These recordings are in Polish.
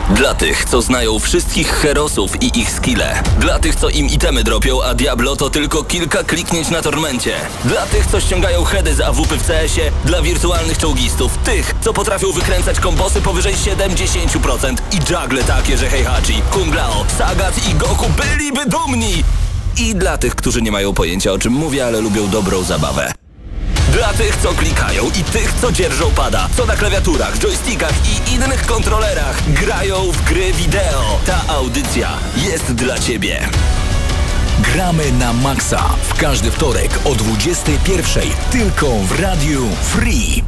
Dla tych, co znają wszystkich herosów i ich skille. Dla tych, co im itemy dropią, a Diablo to tylko kilka kliknięć na Tormencie. Dla tych, co ściągają heady z AWP w CS-ie. Dla wirtualnych czołgistów. Tych, co potrafią wykręcać kombosy powyżej 70% i juggle takie, że Heihachi, Kung Lao, Sagat i Goku byliby dumni. I dla tych, którzy nie mają pojęcia, o czym mówię, ale lubią dobrą zabawę. Dla tych, co klikają i tych, co dzierżą pada, co na klawiaturach, joystickach i innych kontrolerach grają w gry wideo. Ta audycja jest dla Ciebie. Gramy na maksa w każdy wtorek o 21:00 tylko w Radiu Free.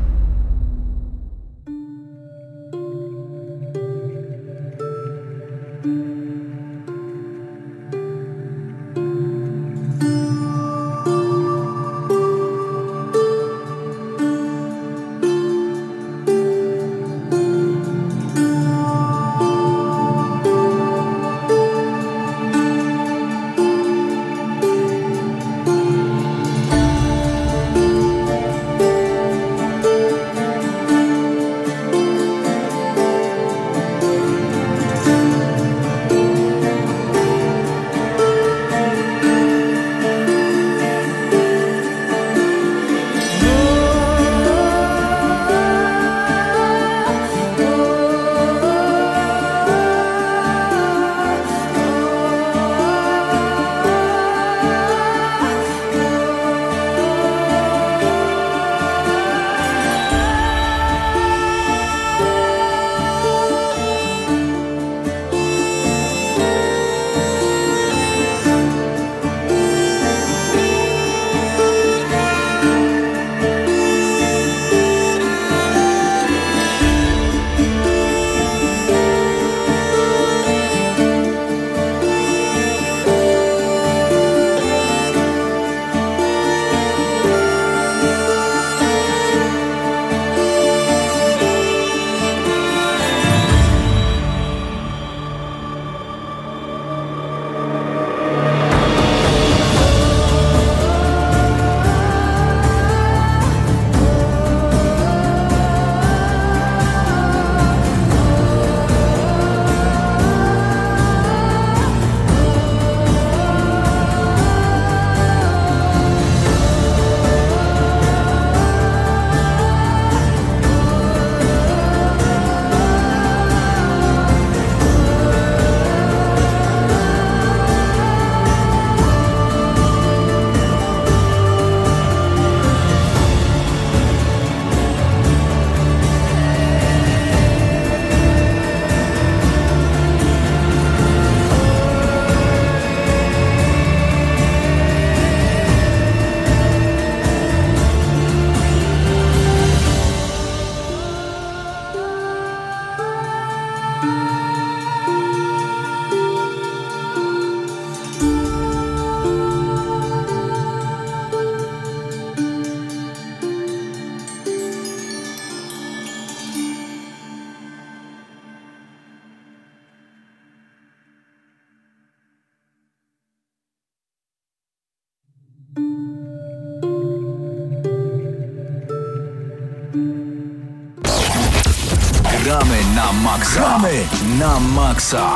Gramy na maksa. Gramy na maksa.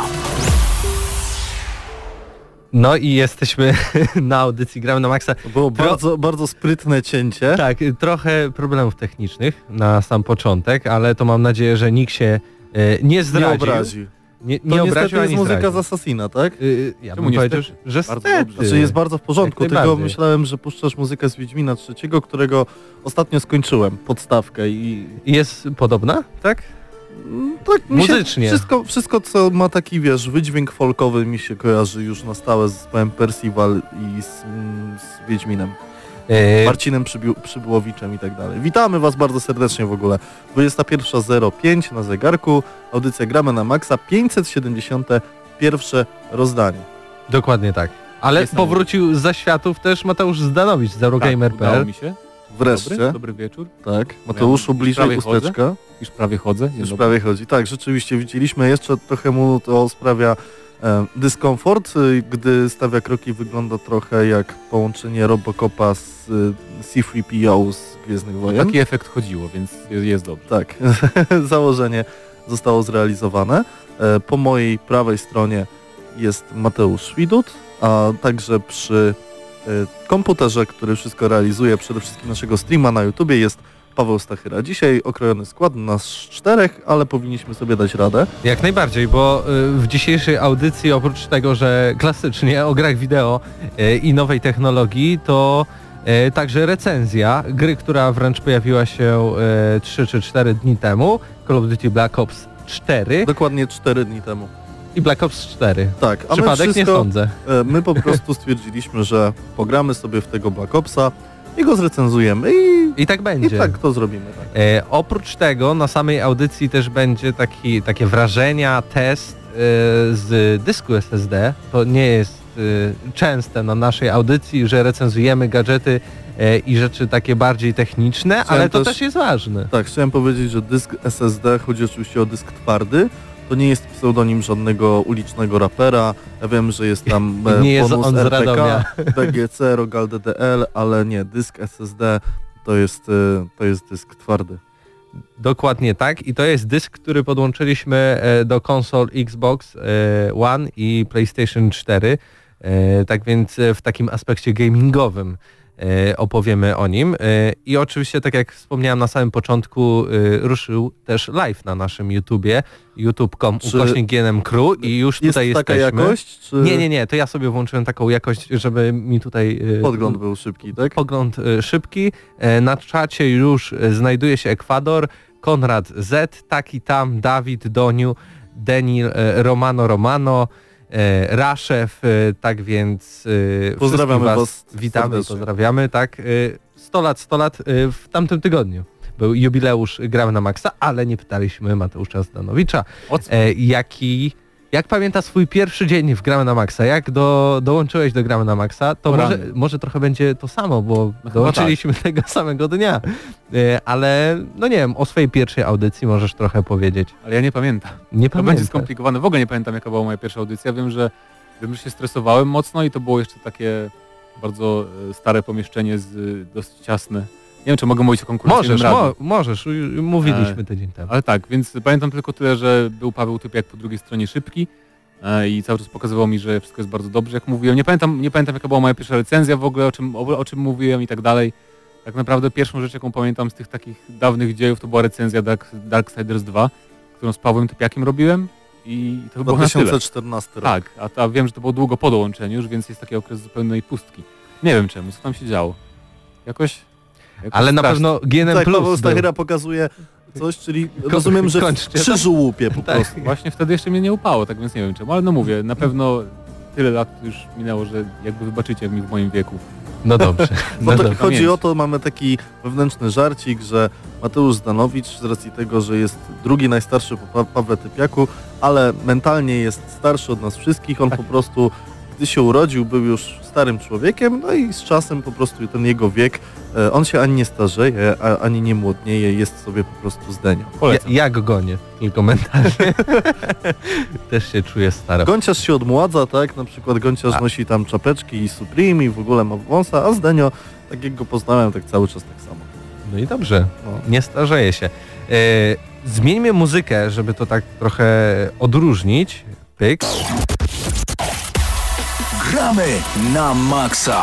No i jesteśmy na audycji Gramy na maksa. To było bardzo sprytne cięcie. Tak, trochę problemów technicznych na sam początek, ale to mam nadzieję, że nikt się nie zdradził. Nie obrazi. Nie obraził, jest muzyka z Assassina, tak? Ja bym powiedział, że stety. Znaczy jest bardzo w porządku, tylko myślałem, że puszczasz muzykę z Wiedźmina III, którego ostatnio skończyłem, podstawkę i... Jest podobna, tak? Tak, muzycznie. Wszystko, co ma taki, wiesz, wydźwięk folkowy mi się kojarzy już na stałe z zespołem Percival i z Wiedźminem. Marcinem Przybyłowiczem i tak dalej. Witamy Was bardzo serdecznie w ogóle. 21:05 na zegarku. Audycja Gramy na maksa, 571 rozdanie. Dokładnie tak. Ale powrócił z zaświatów też Mateusz Zdanowicz z Eurogamer.pl. Tak, udało mi się. Wreszcie. Dobry wieczór. Tak, Mateuszu, bliżej chusteczka. Już prawie chodzę. Już prawie chodzi. Tak, rzeczywiście widzieliśmy, jeszcze trochę mu to sprawia dyskomfort, gdy stawia kroki, wygląda trochę jak połączenie Robocopa z C-3PO z Gwiezdnych Wojen. Taki efekt chodziło, więc jest dobrze. Tak, zostało zrealizowane. Po mojej prawej stronie jest Mateusz Widut, a także przy komputerze, który wszystko realizuje, przede wszystkim naszego streama na YouTubie, jest Paweł Stachyra. Dzisiaj okrojony skład, nas 4, ale powinniśmy sobie dać radę. Jak najbardziej, bo w dzisiejszej audycji oprócz tego, że klasycznie o grach wideo i nowej technologii, to także recenzja gry, która wręcz pojawiła się 3 czy 4 dni temu, Call of Duty Black Ops 4. Dokładnie 4 dni temu. I Black Ops 4. Tak, a Przypadek my wszystko, nie sądzę. My po prostu stwierdziliśmy, że pogramy sobie w tego Black Opsa i go zrecenzujemy I tak będzie. I tak to zrobimy. Tak. Oprócz tego na samej audycji też będzie takie wrażenia, test z dysku SSD. To nie jest częste na naszej audycji, że recenzujemy gadżety i rzeczy takie bardziej techniczne, ale to też jest ważne. Tak, chciałem powiedzieć, że dysk SSD, chodzi oczywiście o dysk twardy, to nie jest pseudonim żadnego ulicznego rapera. Ja wiem, że jest tam nie jest bonus on z RPK, Radomia. BGC, Rogal DDL, ale nie, dysk SSD to jest dysk twardy. Dokładnie tak i to jest dysk, który podłączyliśmy do konsol Xbox One i PlayStation 4. Tak więc w takim aspekcie gamingowym opowiemy o nim. I oczywiście, tak jak wspomniałem na samym początku, ruszył też live na naszym YouTubie, youtube.com/GNM Crew i już jest tutaj taka jesteśmy. Jakość? Czy... Nie, to ja sobie włączyłem taką jakość, żeby mi tutaj... Podgląd był szybki, tak? Podgląd szybki. Na czacie już znajduje się Ekwador, Konrad Z, Taki Tam, Dawid, Doniu, Denil, Romano, Raszew, tak więc pozdrawiamy was witamy, serdecznie. pozdrawiamy, tak. 100 lat w tamtym tygodniu. Był jubileusz Gramy na Maxa, ale nie pytaliśmy Mateusza Zdanowicza, jak pamięta swój pierwszy dzień w Gramy na Maxa, jak dołączyłeś do Gramy na Maxa, to może trochę będzie to samo, bo dołączyliśmy tego samego dnia, ale no nie wiem, o swojej pierwszej audycji możesz trochę powiedzieć. Ale ja nie pamiętam. To będzie skomplikowane, w ogóle nie pamiętam jaka była moja pierwsza audycja, wiem, że się stresowałem mocno i to było jeszcze takie bardzo stare pomieszczenie, dosyć ciasne. Nie wiem, czy mogę mówić o konkurencyjnym radiu. Możesz, mówiliśmy tydzień temu. Ale tak, więc pamiętam tylko tyle, że był Paweł Typiak po drugiej stronie szybki i cały czas pokazywał mi, że wszystko jest bardzo dobrze, jak mówiłem. Nie pamiętam jaka była moja pierwsza recenzja w ogóle, o czym mówiłem i tak dalej. Tak naprawdę pierwszą rzecz, jaką pamiętam z tych takich dawnych dziejów, to była recenzja Darksiders 2, którą z Pawłem Typiakiem robiłem i to było 2014 rok. Tak, a wiem, że to było długo po dołączeniu już, więc jest taki okres zupełnej pustki. Nie wiem czemu, co tam się działo. Jakoś ale na pewno GNM tak, Plus Paweł Stachyra pokazuje coś, czyli rozumiem, że przy żółupie po prostu. Właśnie wtedy jeszcze mnie nie upało, tak więc nie wiem czemu, ale no mówię, na pewno tyle lat już minęło, że jakby wybaczycie mi w moim wieku. No dobrze. Chodzi o to, mamy taki wewnętrzny żarcik, że Mateusz Zdanowicz z racji tego, że jest drugi najstarszy po Pawle Typiaku, ale mentalnie jest starszy od nas wszystkich, on po prostu, gdy się urodził, był już starym człowiekiem, no i z czasem po prostu ten jego wiek, on się ani nie starzeje, ani nie młodnieje, jest sobie po prostu zdenią. Ja go gonię, tylko mentalnie. Też się czuję staro. Gonciarz się odmładza, tak? Na przykład Gonciarz nosi tam czapeczki i Supreme i w ogóle ma wąsa, a Zdenio, tak jak go poznałem, tak cały czas tak samo. No i dobrze, nie starzeje się. Zmieńmy muzykę, żeby to tak trochę odróżnić. Pyk. Gramy na maksa.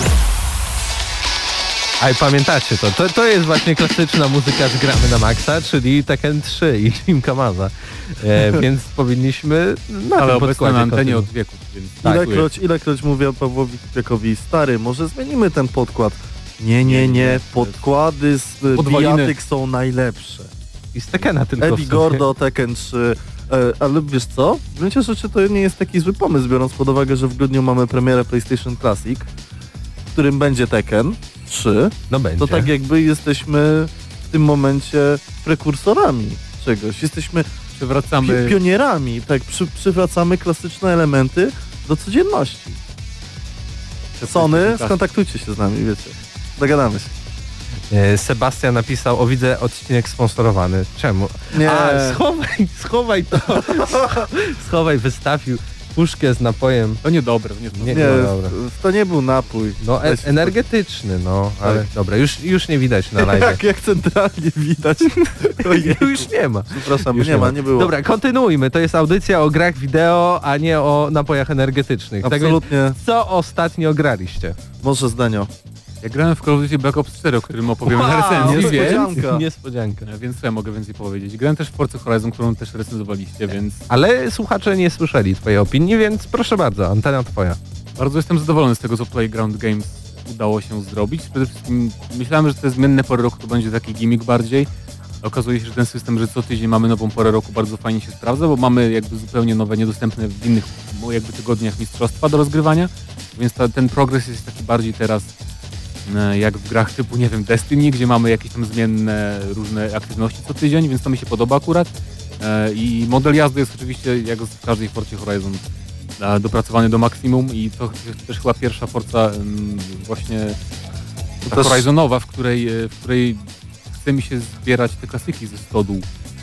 A pamiętacie to jest właśnie klasyczna muzyka z Gramy na Maxa, czyli Tekken 3 i Jim Kamaza. Więc powinniśmy ale obecnie na antenie od wieku. Więc ilekroć mówię Pawłowi Typiakowi, stary, może zmienimy ten podkład. Nie, podkłady z bijatyk są najlepsze. I z Tekkena tylko. Eddie Gordo, Tekken 3. Ale wiesz co? W gruncie rzeczy to nie jest taki zły pomysł, biorąc pod uwagę, że w grudniu mamy premierę PlayStation Classic, w którym będzie Tekken 3. No będzie. To tak jakby jesteśmy w tym momencie prekursorami czegoś. Jesteśmy pionierami, tak, przywracamy klasyczne elementy do codzienności. Sony, skontaktujcie się z nami, wiecie. Dogadamy się. Sebastian napisał, widzę odcinek sponsorowany. Czemu? Nie. Schowaj to. Schowaj, wystawił puszkę z napojem. To niedobre, to nie. Nie, no dobra. to nie był napój. No energetyczny, no, ale dobra, już nie widać na live. Jak centralnie widać. Już nie ma. Przepraszam, Już nie było. Dobra, kontynuujmy. To jest audycja o grach wideo, a nie o napojach energetycznych. Absolutnie. Tak więc, co ostatnio graliście? Może zdanio. Ja grałem w Call of Duty Black Ops 4, o którym opowiem na Wow, recenzji, niespodzianka. Niespodzianka. więc co ja mogę więcej powiedzieć. Grałem też w Forza Horizon, którą też recenzowaliście, więc Ale słuchacze nie słyszeli twojej opinii, więc proszę bardzo, antena twoja. bardzo jestem zadowolony z tego, co Playground Games udało się zrobić. Przede wszystkim myślałem, że te zmienne pory roku to będzie taki gimmick bardziej. Okazuje się, że ten system, że co tydzień mamy nową porę roku, bardzo fajnie się sprawdza, bo mamy jakby zupełnie nowe, niedostępne w innych jakby tygodniach mistrzostwa do rozgrywania, więc ten progres jest taki bardziej teraz jak w grach typu, nie wiem, Destiny, gdzie mamy jakieś tam zmienne różne aktywności co tydzień, więc to mi się podoba akurat. I model jazdy jest oczywiście, jak w każdej Forcie Horizon, dopracowany do maksimum i to też chyba pierwsza Forza właśnie ta Horizonowa, w której chce mi się zbierać te klasyki ze stodół,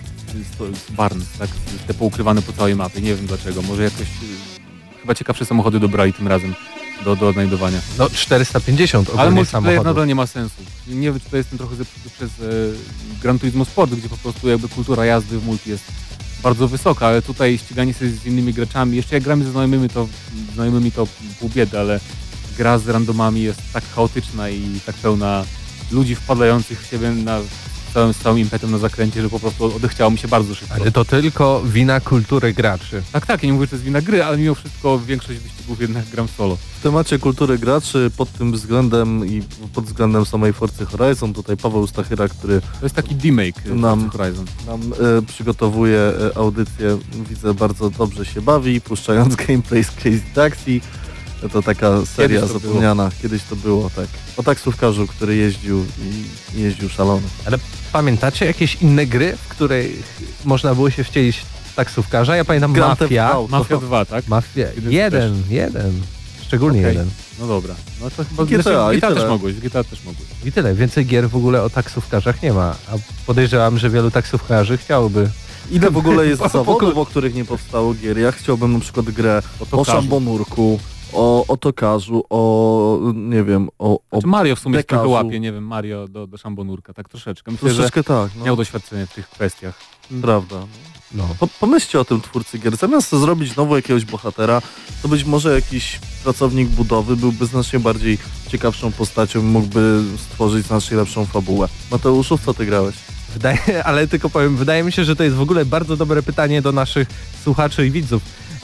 z Barnes, tak? Te poukrywane po całej mapie, nie wiem dlaczego, może jakoś chyba ciekawsze samochody dobrali tym razem do odnajdowania. No 450 ogólnie ale multiplayer samochodów. nadal nie ma sensu. Nie wiem, czy to jestem trochę zepsuty przez Gran Turismo Sport, gdzie po prostu jakby kultura jazdy w multi jest bardzo wysoka, ale tutaj ściganie się z innymi graczami, jeszcze jak gramy ze znajomymi to pół biedy, ale gra z randomami jest tak chaotyczna i tak pełna ludzi wpadających w siebie z całym impetem na zakręcie, że po prostu odechciało mi się bardzo szybko. Ale to tylko wina kultury graczy. Tak, ja nie mówię, że to jest wina gry, ale mimo wszystko większość wyścigów jednak gram solo. W temacie kultury graczy pod tym względem i pod względem samej Forcy Horizon, tutaj Paweł Stachyra, który To jest taki demake Forza Horizon. nam przygotowuje audycję, widzę, bardzo dobrze się bawi, puszczając gameplay z Crazy Taxi. To taka seria Kiedyś to zapomniana. Kiedyś to było, tak. O taksówkarzu, który jeździł i jeździł szalony. Ale pamiętacie jakieś inne gry, w której można było się wcielić w taksówkarza? Ja pamiętam Grand Theft Mafia. Auto. Mafia 2, tak? Mafia. Jeden Jeden. Szczególnie Okej. jeden. No dobra. No to chyba GTA i GTA tyle. też mogłeś, GTA też mogłeś. I tyle. Więcej gier w ogóle o taksówkarzach nie ma. A podejrzewam, że wielu taksówkarzy chciałoby. Ile w ogóle jest zawodów, o których nie powstało gier? Ja chciałbym na przykład grę o tokarzu. szambonurku, o tokarzu, nie wiem, o Znaczy Mario w sumie się dekarzu. trochę łapie, nie wiem, Mario do szambonurka, tak troszeczkę. Myślę, Troszeczkę tak, że no. miał doświadczenie w tych kwestiach. Prawda. No. Pomyślcie o tym, twórcy gier. Zamiast zrobić znowu jakiegoś bohatera, to być może jakiś pracownik budowy byłby znacznie bardziej ciekawszą postacią, mógłby stworzyć znacznie lepszą fabułę. Mateuszu, w co ty grałeś? Ale tylko powiem, wydaje mi się, że to jest w ogóle bardzo dobre pytanie do naszych słuchaczy i widzów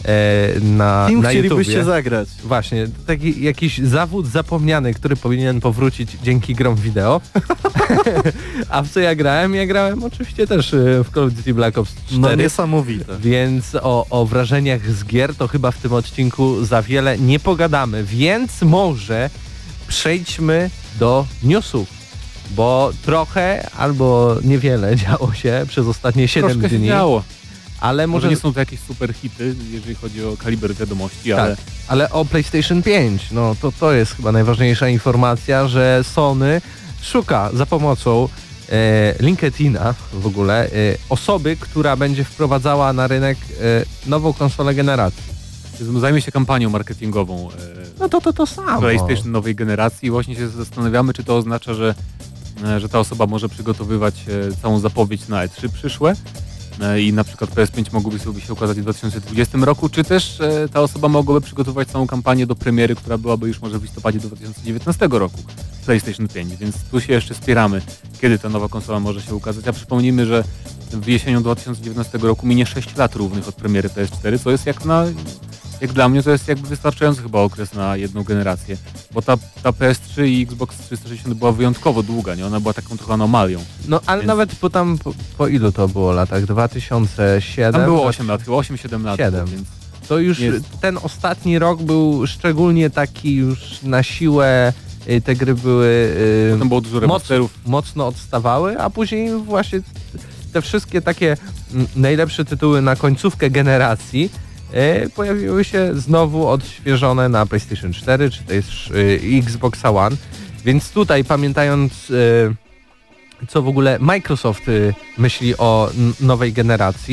na Kim na chcielibyście YouTubie. zagrać? Właśnie, taki jakiś zawód zapomniany, który powinien powrócić dzięki grom wideo. A w co ja grałem? Ja grałem oczywiście też w Call of Duty Black Ops 4. No niesamowite. Więc o wrażeniach z gier to chyba w tym odcinku za wiele nie pogadamy, więc może przejdźmy do newsów, bo trochę albo niewiele działo się przez ostatnie 7 Troszkę się dni, działo. ale Może może nie są to jakieś super hity, jeżeli chodzi o kaliber wiadomości, tak, ale o PlayStation 5, no to jest chyba najważniejsza informacja, że Sony szuka za pomocą LinkedIna w ogóle osoby, która będzie wprowadzała na rynek nową konsolę generacji. zajmie się kampanią marketingową No to samo. PlayStation nowej generacji i właśnie się zastanawiamy, czy to oznacza, że ta osoba może przygotowywać całą zapowiedź na E3 przyszłe i na przykład PS5 mogłoby sobie się ukazać w 2020 roku, czy też ta osoba mogłaby przygotować całą kampanię do premiery, która byłaby już może w listopadzie 2019 roku PlayStation 5, więc tu się jeszcze spieramy, kiedy ta nowa konsola może się ukazać, a przypomnijmy, że w jesienią 2019 roku minie 6 lat równych od premiery PS4, co jest jak dla mnie to jest jakby wystarczający chyba okres na jedną generację, bo ta PS3 i Xbox 360 była wyjątkowo długa, nie? Ona była taką trochę anomalią. No ale Więc- nawet po ilu to było latach? 2007? Tam było 8 lat, chyba 8-7 lat, 7. więc To już Jest. ten ostatni rok był szczególnie taki już na siłę, te gry były tam było dużo remasterów. mocno odstawały, a później właśnie te wszystkie takie najlepsze tytuły na końcówkę generacji pojawiły się znowu odświeżone na PlayStation 4 czy też Xbox One, więc tutaj pamiętając co w ogóle Microsoft myśli o nowej generacji,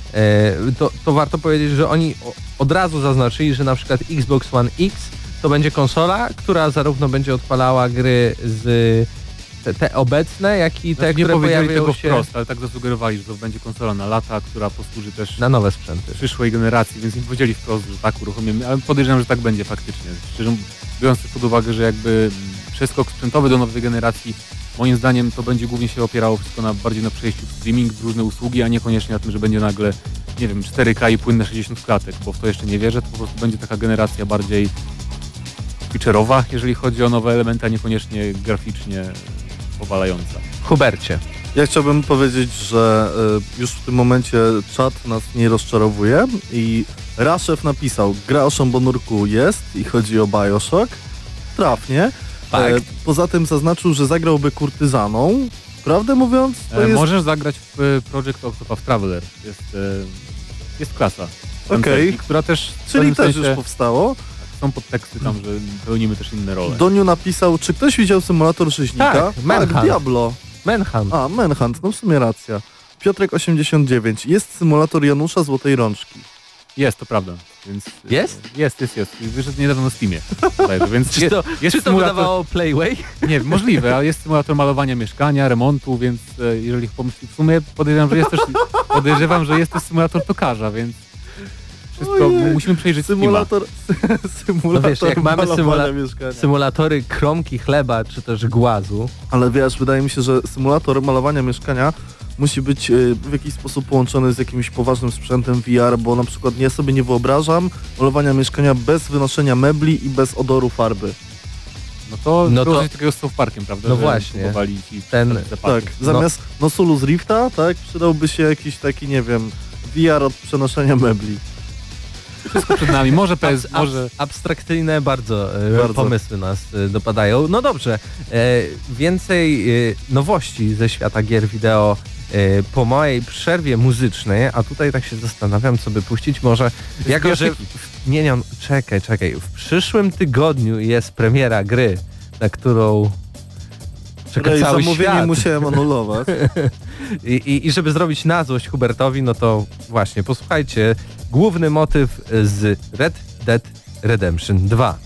to warto powiedzieć, że oni od razu zaznaczyli, że na przykład Xbox One X to będzie konsola, która zarówno będzie odpalała gry z te obecne, jak i te, Znaczy, nie które powiedzieli pojawią tego się wprost, ale tak zasugerowali, że to będzie konsola na lata, która posłuży też na nowe sprzęty. przyszłej generacji, więc nie powiedzieli wprost, że tak uruchomimy, ale podejrzewam, że tak będzie faktycznie. Szczerze biorąc pod uwagę, że jakby przeskok sprzętowy do nowej generacji, moim zdaniem to będzie głównie się opierało wszystko bardziej na przejściu w streaming, w różne usługi, a niekoniecznie na tym, że będzie nagle, nie wiem, 4K i płynne 60 klatek, bo w to jeszcze nie wierzę, to po prostu będzie taka generacja bardziej feature'owa, jeżeli chodzi o nowe elementy, a niekoniecznie graficznie powalająca. Hubercie. Ja chciałbym powiedzieć, że już w tym momencie czat nas nie rozczarowuje i Raszew napisał, gra o Szambonurku jest i chodzi o Bioshock. Trafnie. Tak. Poza tym zaznaczył, że zagrałby kurtyzaną. Prawdę mówiąc, to jest... Możesz zagrać w Project Octopath Traveler. Jest klasa. Okej. Która też w Czyli pewnym też sensie już powstało. są podteksty tam, że pełnimy też inne role. Doniu napisał, czy ktoś widział symulator rzeźnika? Tak, Manhunt. Diablo. Manhunt. A, Manhunt, no w sumie racja. Piotrek 89. Jest symulator Janusza Złotej Rączki. Jest, to prawda. Więc, Jest? Jest. Wyszedł niedawno na Steamie. Bodajże, więc Czy to, jest czy to wydawało Playway? Nie, możliwe, ale jest symulator malowania mieszkania, remontu, więc jeżeli pomyślisz, w sumie podejrzewam, że jest też symulator tokarza, więc wszystko musimy przejrzeć Symulator No wiesz, jak mamy malowania mieszkania. symulatory kromki chleba, czy też głazu, Ale wiesz, wydaje mi się, że symulator malowania mieszkania musi być w jakiś sposób połączony z jakimś poważnym sprzętem VR, bo na przykład ja sobie nie wyobrażam malowania mieszkania bez wynoszenia mebli i bez odoru farby. No to takiego z South Parkiem, prawda? No że właśnie. próbowali ci Ten- zapachy. Tak, zamiast Nosulus Rifta, tak, przydałby się jakiś taki, nie wiem, VR od przenoszenia mebli. Wszystko przed nami, może może... abstrakcyjne bardzo, Bardzo. pomysły nas dopadają. No dobrze, więcej nowości ze świata gier wideo po mojej przerwie muzycznej, a tutaj tak się zastanawiam, co by puścić. Może jako, że... Nie, czekaj. W przyszłym tygodniu jest premiera gry, na którą czeka Której cały zamówienie świat. musiałem anulować. I żeby zrobić na złość Hubertowi, no to właśnie, posłuchajcie, główny motyw z Red Dead Redemption 2.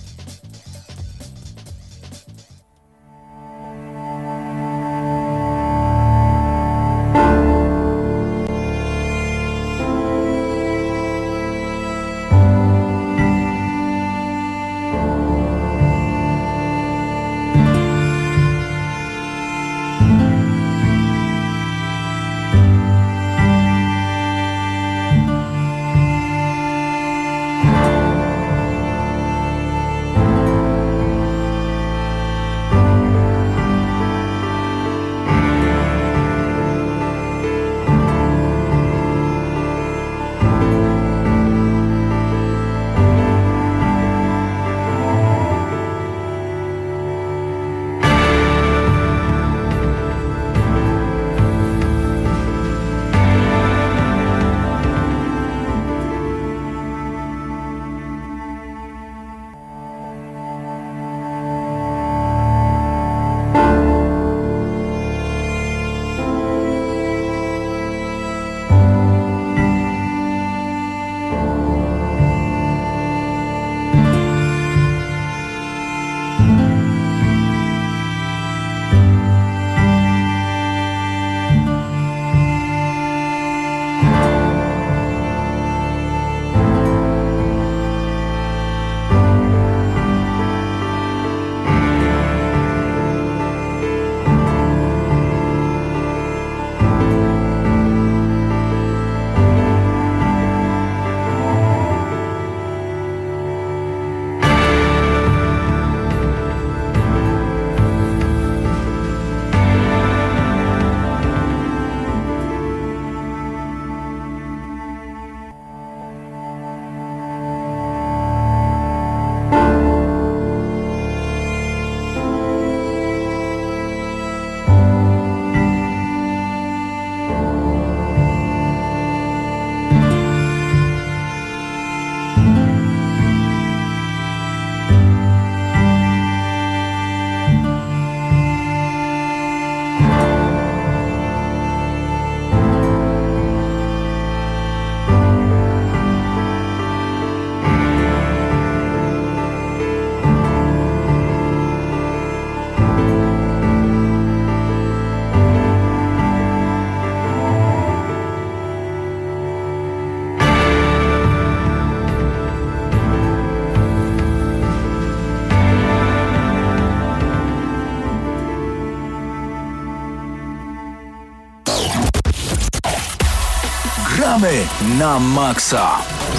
Gramy na maksa.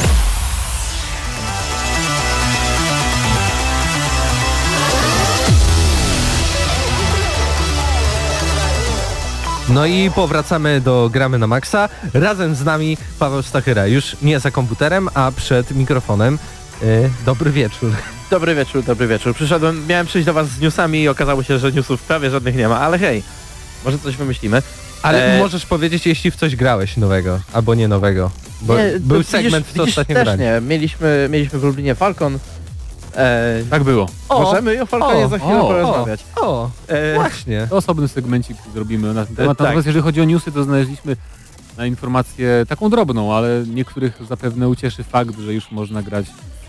No i powracamy do Gramy na Maxa. Razem z nami Paweł Stachyra. Już nie za komputerem, a przed mikrofonem. Dobry wieczór. Dobry wieczór. Miałem przyjść do was z newsami i okazało się, że newsów prawie żadnych nie ma, ale hej, może coś wymyślimy. Ale możesz powiedzieć, jeśli w coś grałeś nowego, albo nie nowego. Bo Nie, był to segment, w co ostatnio też grali. nie. Mieliśmy w Lublinie Falcon. Tak było. Możemy o Falconie za chwilę porozmawiać. Właśnie. To osobny segmencik zrobimy na ten temat. Tak. Natomiast jeżeli chodzi o newsy, to znaleźliśmy na informację taką drobną, ale niektórych zapewne ucieszy fakt, że już można grać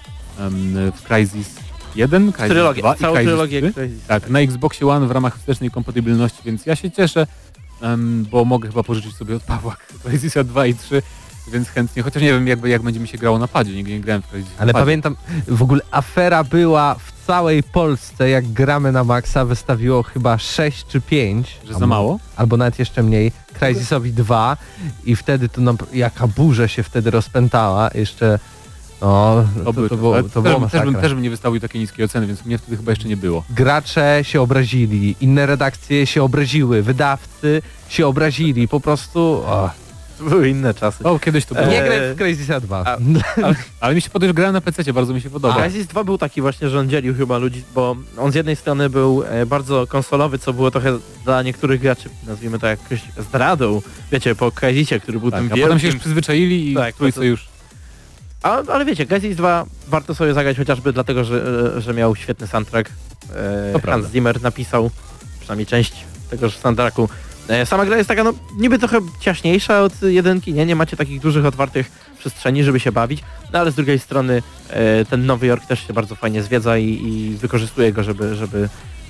w Crysis 1, Crysis 2 i Całą Crysis trylogię. 3. Tak, na Xboxie One w ramach wstecznej kompatybilności, więc ja się cieszę, bo mogę chyba pożyczyć sobie od Pawła Crysisa 2 i 3, więc chętnie, chociaż nie wiem jak będzie mi się grało na padzie, nigdy nie grałem w Crysis. Ale pamiętam, w ogóle afera była w całej Polsce, jak Gramy na Maxa wystawiło chyba 6 czy 5. Że za mało? Albo nawet jeszcze mniej, Crysisowi 2 i wtedy to jaka burza się wtedy rozpętała, jeszcze to było masakra. Też bym nie wystawił takiej niskiej oceny, więc mnie wtedy chyba jeszcze nie było. Gracze się obrazili, inne redakcje się obraziły, wydawcy się obrazili, po prostu... To były inne czasy. O, kiedyś to było. Nie graj w Crysisa 2. Ale mi się podoba, że grałem na PC, bardzo mi się podoba. Crysis 2 był taki właśnie, że on dzielił chyba ludzi, bo on z jednej strony był bardzo konsolowy, co było trochę dla niektórych graczy, nazwijmy to jakąś zdradą, wiecie, po Crysisie, który był Tak, tym a wielkim... potem się już przyzwyczaili i Tak, w trójce już. Ale wiecie, Crysis 2 warto sobie zagrać chociażby dlatego, że miał świetny soundtrack. Hans Zimmer napisał przynajmniej część tegoż soundtracku. Sama gra jest taka niby trochę ciaśniejsza od jedynki, nie macie takich dużych, otwartych przestrzeni, żeby się bawić, no ale z drugiej strony ten Nowy Jork też się bardzo fajnie zwiedza i wykorzystuje go, żeby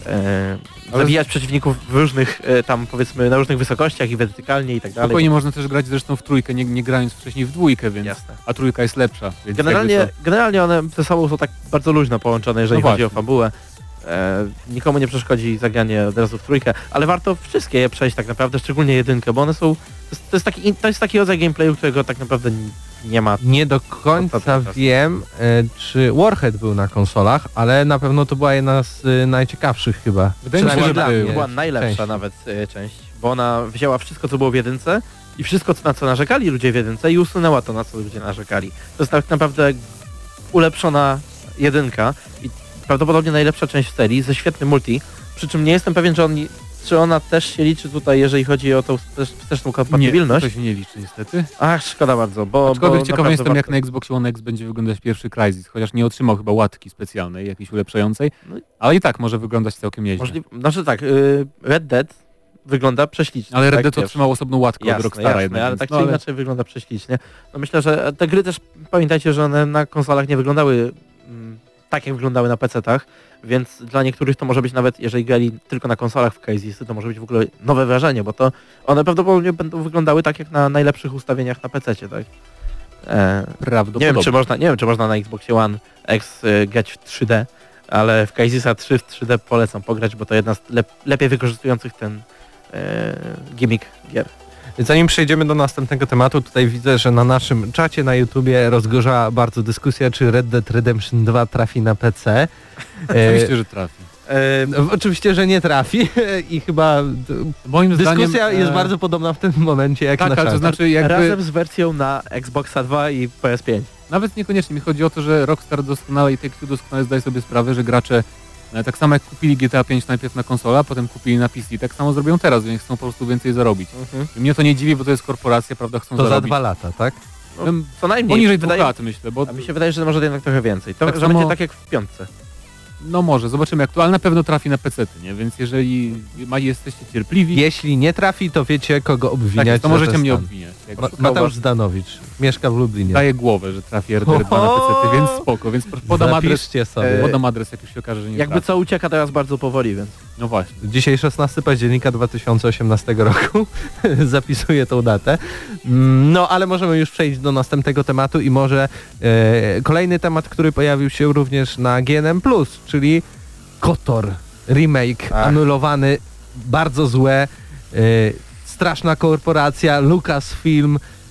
zabijać przeciwników w różnych tam powiedzmy na różnych wysokościach i wertykalnie i tak dalej. Spokojnie można też grać zresztą w trójkę, nie grając wcześniej w dwójkę, więc Jasne. a trójka jest lepsza. Więc Generalnie one ze sobą są tak bardzo luźno połączone, jeżeli chodzi o fabułę. Nikomu nie przeszkodzi zagranie od razu w trójkę, ale warto wszystkie je przejść tak naprawdę, szczególnie jedynkę, bo one są... To jest taki rodzaj gameplayu, którego tak naprawdę nie ma. Nie do końca wiem, czy Warhead był na konsolach, ale na pewno to była jedna z najciekawszych chyba. Wydaje mi się, Przynajmniej że dla mnie To była najlepsza części. nawet część, bo ona wzięła wszystko, co było w jedynce i wszystko, na co narzekali ludzie w jedynce i usunęła to, na co ludzie narzekali. To jest tak naprawdę ulepszona jedynka i prawdopodobnie najlepsza część w serii ze świetnym multi, przy czym nie jestem pewien, czy ona też się liczy tutaj, jeżeli chodzi o tą wsteczną kompatybilność. Nie, to się nie liczy niestety. Ach, szkoda bardzo, bo Aczkolwiek ciekawy naprawdę jestem, jak warto. na Xbox One X będzie wyglądać pierwszy Crysis, chociaż nie otrzymał chyba łatki specjalnej, jakiejś ulepszającej, ale i tak może wyglądać całkiem nieźle. Znaczy tak, Red Dead wygląda prześlicznie. Ale Red tak, Dead wiesz. otrzymał osobną łatkę od Rockstara jednak. ale więc, tak czy inaczej wygląda prześlicznie. No myślę, że te gry też, pamiętajcie, że one na konsolach nie wyglądały tak, jak wyglądały na PC-tach, więc dla niektórych to może być nawet, jeżeli grali tylko na konsolach w Crysisy, to może być w ogóle nowe wrażenie, bo to one prawdopodobnie będą wyglądały tak, jak na najlepszych ustawieniach na PC-cie, tak? prawdopodobnie. Nie wiem, czy można na Xboxie One X grać w 3D, ale w Crysisa 3 w 3D polecam pograć, bo to jedna z lepiej wykorzystujących ten gimmick gier. Zanim przejdziemy do następnego tematu, tutaj widzę, że na naszym czacie na YouTubie rozgorzała bardzo dyskusja, czy Red Dead Redemption 2 trafi na PC. Oczywiście, że trafi. Oczywiście, że nie trafi i chyba Moim dyskusja zdaniem, jest bardzo podobna w tym momencie jak tak, na ale czacie. to znaczy jakby... Razem z wersją na Xboxa 2 i PS5. Nawet niekoniecznie. Mi chodzi o to, że Rockstar doskonale i Take-Two doskonale zdaje sobie sprawę, że gracze tak samo jak kupili GTA 5 najpierw na konsolę, a potem kupili na PC, tak samo zrobią teraz, więc chcą po prostu więcej zarobić. I mnie to nie dziwi, bo to jest korporacja, prawda, chcą To zarobić. za 2 lata, tak? No, co najmniej. Poniżej 2 lat myślę, bo... A mi się wydaje, że może jednak trochę więcej. To Tak że samo- będzie tak jak w piątce. No może, zobaczymy jak to, ale na pewno trafi na PC-ty, nie? Więc jeżeli jesteście cierpliwi, Jeśli nie trafi, to wiecie kogo obwiniać. tak, to za możecie ten mnie stan. obwiniać. Jak Mateusz Zdanowicz mieszka w Lublinie. daje głowę, że trafi RDR 2 na PC-ty, więc spoko, więc podam adres, Zapiszcie sobie. podam adres, jak już się okaże, że nie Jakby trafi. co ucieka teraz bardzo powoli, więc... No właśnie. Dzisiaj 16 października 2018 roku. Zapisuję tą datę. No, ale możemy już przejść do następnego tematu i może kolejny temat, który pojawił się również na GNM+, czyli KOTOR remake anulowany, bardzo złe, straszna korporacja, Lucasfilm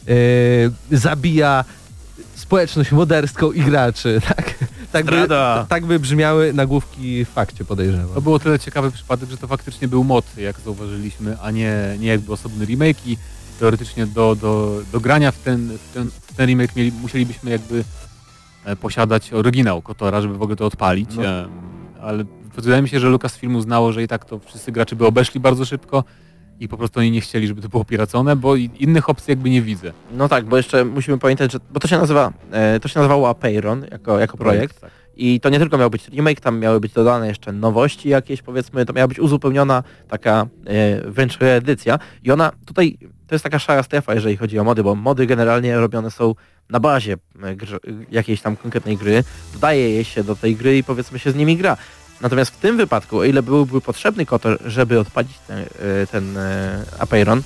zabija społeczność moderską i graczy, tak? Tak by brzmiały nagłówki w fakcie, podejrzewam. To było tyle ciekawy przypadek, że to faktycznie był mod, jak zauważyliśmy, a nie jakby osobny remake i teoretycznie do grania w ten remake musielibyśmy jakby posiadać oryginał KOTORa, żeby w ogóle to odpalić, ale wydaje mi się, że Lucasfilm uznało, że i tak to wszyscy gracze by obeszli bardzo szybko i po prostu oni nie chcieli, żeby to było piracone, bo innych opcji jakby nie widzę. No tak, bo jeszcze musimy pamiętać, że bo to się nazywało Apeiron jako projekt. Tak. I to nie tylko miał być remake, tam miały być dodane jeszcze nowości jakieś, powiedzmy, to miała być uzupełniona taka wręcz reedycja. I ona tutaj, to jest taka szara strefa, jeżeli chodzi o mody, bo mody generalnie robione są na bazie jakiejś tam konkretnej gry, dodaje je się do tej gry i powiedzmy się z nimi gra. Natomiast w tym wypadku, o ile byłby potrzebny KOTOR, żeby odpalić ten Apeiron,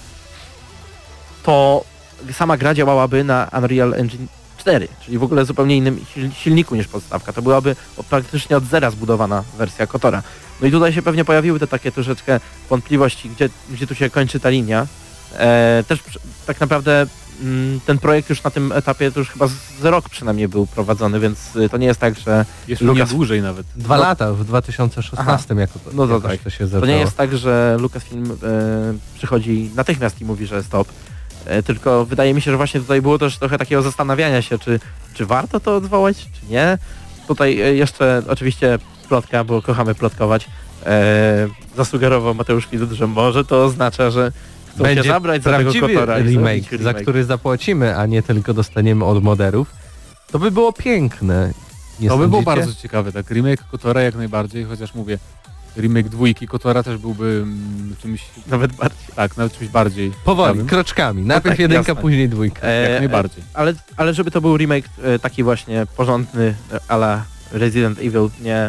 to sama gra działałaby na Unreal Engine 4, czyli w ogóle zupełnie innym silniku niż podstawka. To byłaby praktycznie od zera zbudowana wersja KOTORa. No i tutaj się pewnie pojawiły te takie troszeczkę wątpliwości, gdzie tu się kończy ta linia. Też tak naprawdę ten projekt już na tym etapie to już chyba z rok przynajmniej był prowadzony, więc to nie jest tak, że jeszcze nie dłużej nawet. 2 lata, w 2016 jako to, no to tak. To się zaczęło. To nie jest tak, że Lucasfilm przychodzi natychmiast i mówi, że stop. Tylko wydaje mi się, że właśnie tutaj było też trochę takiego zastanawiania się, czy warto to odwołać, czy nie. Tutaj jeszcze oczywiście plotka, bo kochamy plotkować, zasugerował Mateusz Widut, że może to oznacza, że chcą się zabrać za tego KOTORa remake, za który zapłacimy, a nie tylko dostaniemy od moderów. To by było piękne. To by było bardzo ciekawe, tak. Remake KOTORa jak najbardziej, chociaż mówię, remake 2 KOTORa też byłby czymś... Nawet bardziej. Tak, nawet czymś bardziej. Powoli, ciekawym. Kroczkami. Najpierw jedynka, później 2. Jak najbardziej. Ale żeby to był remake taki właśnie porządny, a la Resident Evil, nie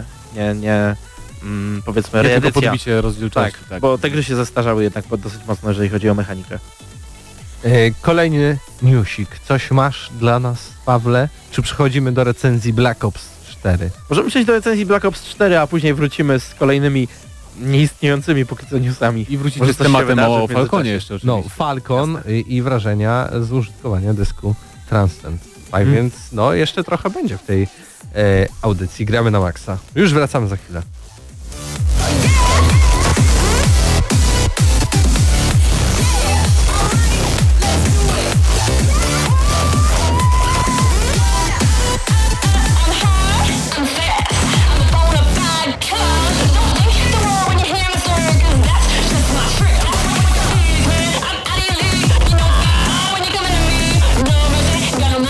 powiedzmy Nie reedycja. tylko podbicie rozdzielczości. Tak, bo te gry się zestarzały jednak dosyć mocno, jeżeli chodzi o mechanikę. Kolejny newsik. Coś masz dla nas, Pawle? Czy przechodzimy do recenzji Black Ops 4? Możemy przejść do recenzji Black Ops 4, a później wrócimy z kolejnymi nieistniejącymi póki co newsami. I wrócicie z tematem o Falconie jeszcze oczywiście. No, Falcon i wrażenia z użytkowania dysku Transcend. Tak więc no jeszcze trochę będzie w tej audycji. Gramy na maksa. Już wracamy za chwilę.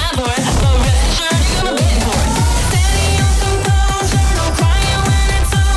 Steady on some calls, no crying when it's all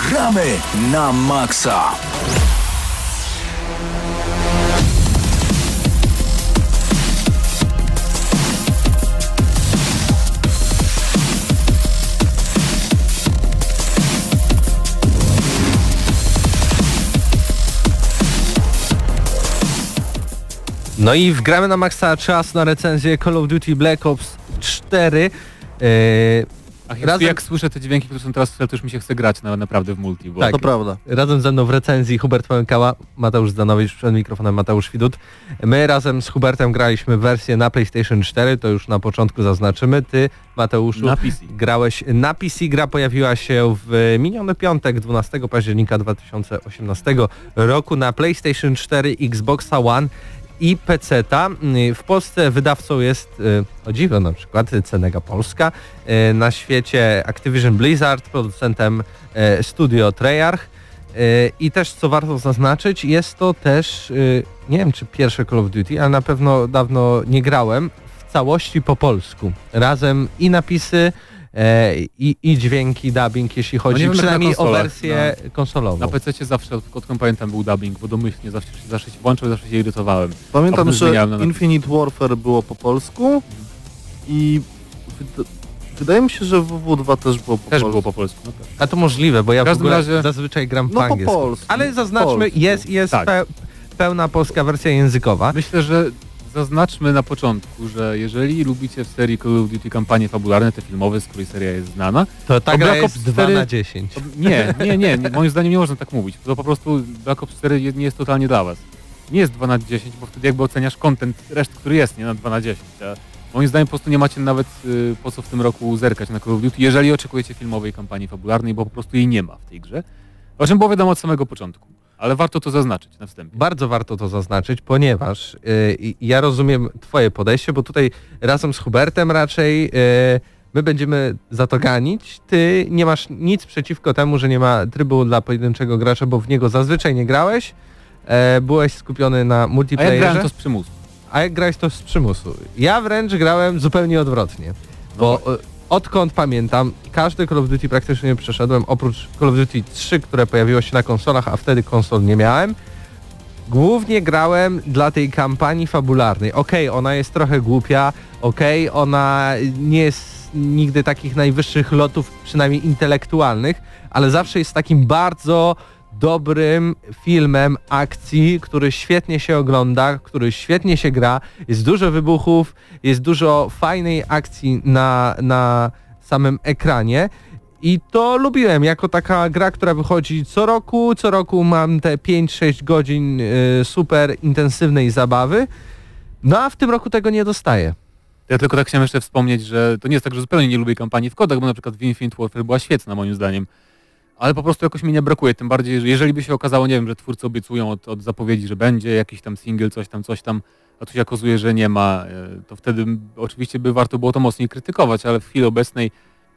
Gramy na maksa. No i Gramy na maksa, czas na recenzję Call of Duty Black Ops 4. Jak słyszę te dźwięki, które są teraz w tle, to już mi się chce grać naprawdę w multi. Bo... Tak, To prawda. Razem ze mną w recenzji Hubert Pałękała, Mateusz Zdanowicz, przed mikrofonem Mateusz Widut. My razem z Hubertem graliśmy wersję na PlayStation 4, to już na początku zaznaczymy. Ty, Mateuszu, na PC. Grałeś na PC. Gra pojawiła się w miniony piątek, 12 października 2018 roku na PlayStation 4, Xboxa One i PC-ta. W Polsce wydawcą jest, o dziwo na przykład, Cenega Polska. Na świecie Activision Blizzard, producentem Studio Treyarch. I też, co warto zaznaczyć, jest to też, nie wiem czy pierwsze Call of Duty, ale na pewno dawno nie grałem, w całości po polsku. Razem i napisy, i dźwięki, dubbing, jeśli chodzi przynajmniej o wersję konsolową. Na PC zawsze, odkąd pamiętam, był dubbing, bo domyślnie zawsze się włączał i zawsze się irytowałem. Pamiętam, że Infinite Warfare było po polsku i wydaje mi się, że WW2 też było po polsku. Też było po polsku. No tak. A to możliwe, bo ja w ogóle razie... zazwyczaj gram po po angielsku. polsku. Ale zaznaczmy, jest tak. Pełna polska wersja językowa. Myślę, że zaznaczmy na początku, że jeżeli lubicie w serii Call of Duty kampanie fabularne, te filmowe, z której seria jest znana, to ta gra Black jest Ops 2 4... na 10. Nie, moim zdaniem nie można tak mówić. To po prostu Black Ops 4 nie jest totalnie dla was. Nie jest 2 na 10, bo wtedy jakby oceniasz content, resztę, który jest, nie na 2 na 10. A moim zdaniem po prostu nie macie nawet po co w tym roku zerkać na Call of Duty, jeżeli oczekujecie filmowej kampanii fabularnej, bo po prostu jej nie ma w tej grze. O czym było wiadomo od samego początku. Ale warto to zaznaczyć na wstępie. Bardzo warto to zaznaczyć, ponieważ ja rozumiem twoje podejście, bo tutaj razem z Hubertem raczej my będziemy za to ganić. Ty nie masz nic przeciwko temu, że nie ma trybu dla pojedynczego gracza, bo w niego zazwyczaj nie grałeś. Byłeś skupiony na multiplayerze. A ja grałem to z przymusu. A jak grałeś to z przymusu. Ja wręcz grałem zupełnie odwrotnie. Bo odkąd pamiętam, każdy Call of Duty praktycznie przeszedłem, oprócz Call of Duty 3, które pojawiło się na konsolach, a wtedy konsol nie miałem. Głównie grałem dla tej kampanii fabularnej. Okej, ona jest trochę głupia, ona nie jest nigdy takich najwyższych lotów, przynajmniej intelektualnych, ale zawsze jest takim bardzo dobrym filmem akcji, który świetnie się ogląda, który świetnie się gra, jest dużo wybuchów, jest dużo fajnej akcji na samym ekranie i to lubiłem jako taka gra, która wychodzi co roku mam te 5-6 godzin super intensywnej zabawy, no a w tym roku tego nie dostaję. Ja tylko tak chciałem jeszcze wspomnieć, że to nie jest tak, że zupełnie nie lubię kampanii w kodach, bo na przykład w Infinite Warfare była świetna moim zdaniem. Ale po prostu jakoś mi nie brakuje, tym bardziej, że jeżeli by się okazało, nie wiem, że twórcy obiecują od zapowiedzi, że będzie jakiś tam single, coś tam, a tu się okazuje, że nie ma, to wtedy oczywiście by warto było to mocniej krytykować, ale w chwili obecnej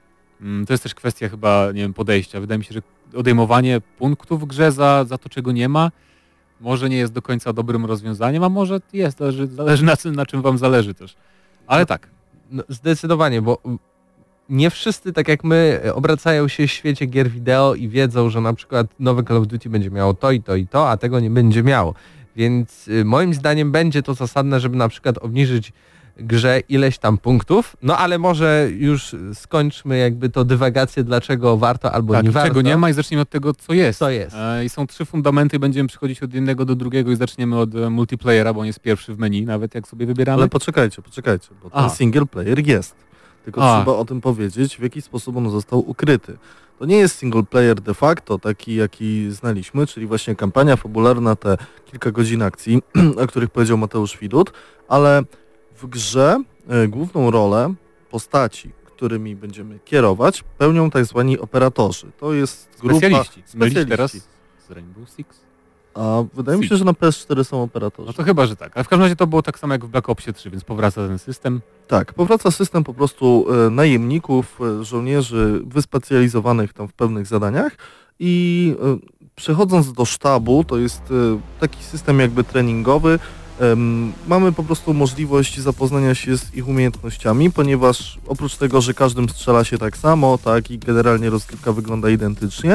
to jest też kwestia chyba, nie wiem, podejścia. Wydaje mi się, że odejmowanie punktów w grze za to, czego nie ma, może nie jest do końca dobrym rozwiązaniem, a może jest, zależy na czym wam zależy też. Ale tak. No, zdecydowanie, bo nie wszyscy, tak jak my, obracają się w świecie gier wideo i wiedzą, że na przykład nowe Call of Duty będzie miało to i to i to, a tego nie będzie miało. Więc moim zdaniem będzie to zasadne, żeby na przykład obniżyć grze ileś tam punktów, no ale może już skończmy jakby to dywagację, dlaczego warto albo nie warto. Czego nie ma i zacznijmy od tego, co jest. Co jest. I są 3 fundamenty, będziemy przechodzić od jednego do drugiego i zaczniemy od multiplayera, bo on jest pierwszy w menu, nawet jak sobie wybieramy. Ale poczekajcie, bo ten single player jest. Tylko trzeba o tym powiedzieć, w jaki sposób on został ukryty. To nie jest single player de facto taki, jaki znaliśmy, czyli właśnie kampania fabularna, te kilka godzin akcji, o których powiedział Mateusz Widut, ale w grze główną rolę postaci, którymi będziemy kierować, pełnią tak zwani operatorzy. To jest grupa... Specjaliści. Teraz z Rainbow Six? A wydaje mi się, że na PS4 są operatorzy. No to chyba, że tak. Ale w każdym razie to było tak samo jak w Black Opsie 3, więc powraca ten system. Tak, powraca system po prostu najemników, żołnierzy wyspecjalizowanych tam w pewnych zadaniach i przechodząc do sztabu, to jest taki system jakby treningowy, mamy po prostu możliwość zapoznania się z ich umiejętnościami, ponieważ oprócz tego, że każdym strzela się tak samo, tak i generalnie rozgrywka wygląda identycznie,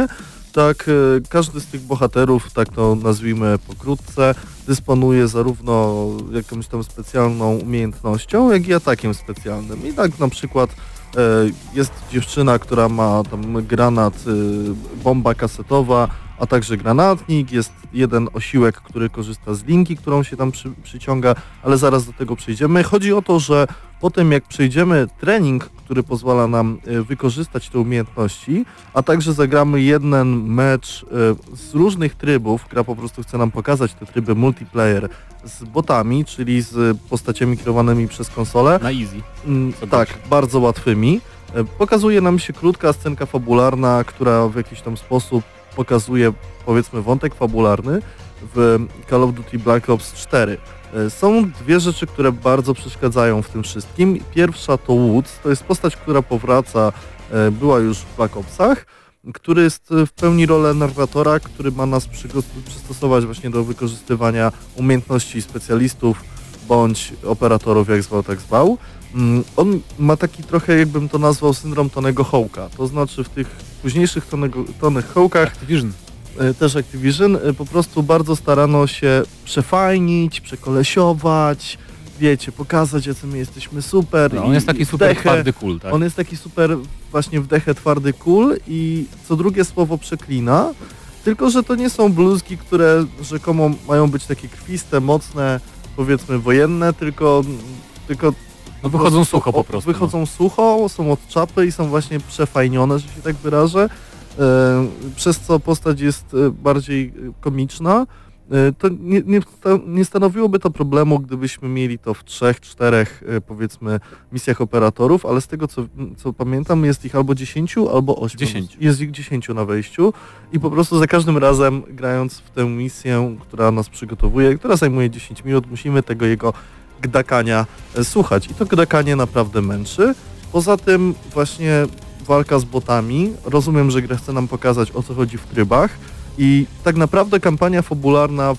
Tak, każdy z tych bohaterów, tak to nazwijmy pokrótce, dysponuje zarówno jakąś tam specjalną umiejętnością, jak i atakiem specjalnym. I tak na przykład jest dziewczyna, która ma tam granat, bomba kasetowa, a także granatnik, jest jeden osiłek, który korzysta z linki, którą się tam przyciąga, ale zaraz do tego przejdziemy. Chodzi o to, że po tym jak przejdziemy trening, który pozwala nam wykorzystać te umiejętności, a także zagramy jeden mecz z różnych trybów, gra po prostu chce nam pokazać te tryby multiplayer z botami, czyli z postaciami kierowanymi przez konsolę. Na easy. Tak, bardzo łatwymi. Pokazuje nam się krótka scenka fabularna, która w jakiś tam sposób pokazuje, powiedzmy, wątek fabularny w Call of Duty Black Ops 4. Są dwie rzeczy, które bardzo przeszkadzają w tym wszystkim. Pierwsza to Woods, to jest postać, która powraca, była już w Black Opsach, który jest w pełni rolę narratora, który ma nas przystosować właśnie do wykorzystywania umiejętności specjalistów bądź operatorów, jak zwał, tak zwał. On ma taki trochę, jakbym to nazwał, syndrom Tonego Hawka. To znaczy w tych późniejszych Tony Hawkach, Activision. Też Activision, po prostu bardzo starano się przefajnić, przekolesiować, wiecie, pokazać, jacy my jesteśmy super. No, on jest taki super twardy cool, tak? On jest taki super właśnie wdechę twardy cool i co drugie słowo przeklina, tylko że to nie są bluzki, które rzekomo mają być takie krwiste, mocne, powiedzmy wojenne, tylko no wychodzą sucho po prostu. Wychodzą sucho, są od czapy i są właśnie przefajnione, że się tak wyrażę, przez co postać jest bardziej komiczna. To nie stanowiłoby to problemu, gdybyśmy mieli to w 3-4 powiedzmy misjach operatorów, ale z tego co pamiętam jest ich albo 10, albo 8. 10. Jest ich 10 na wejściu i po prostu za każdym razem grając w tę misję, która nas przygotowuje, która zajmuje 10 minut, musimy tego jego gdakania słuchać i to gdakanie naprawdę męczy. Poza tym właśnie walka z botami, rozumiem, że gra chce nam pokazać, o co chodzi w trybach i tak naprawdę kampania fabularna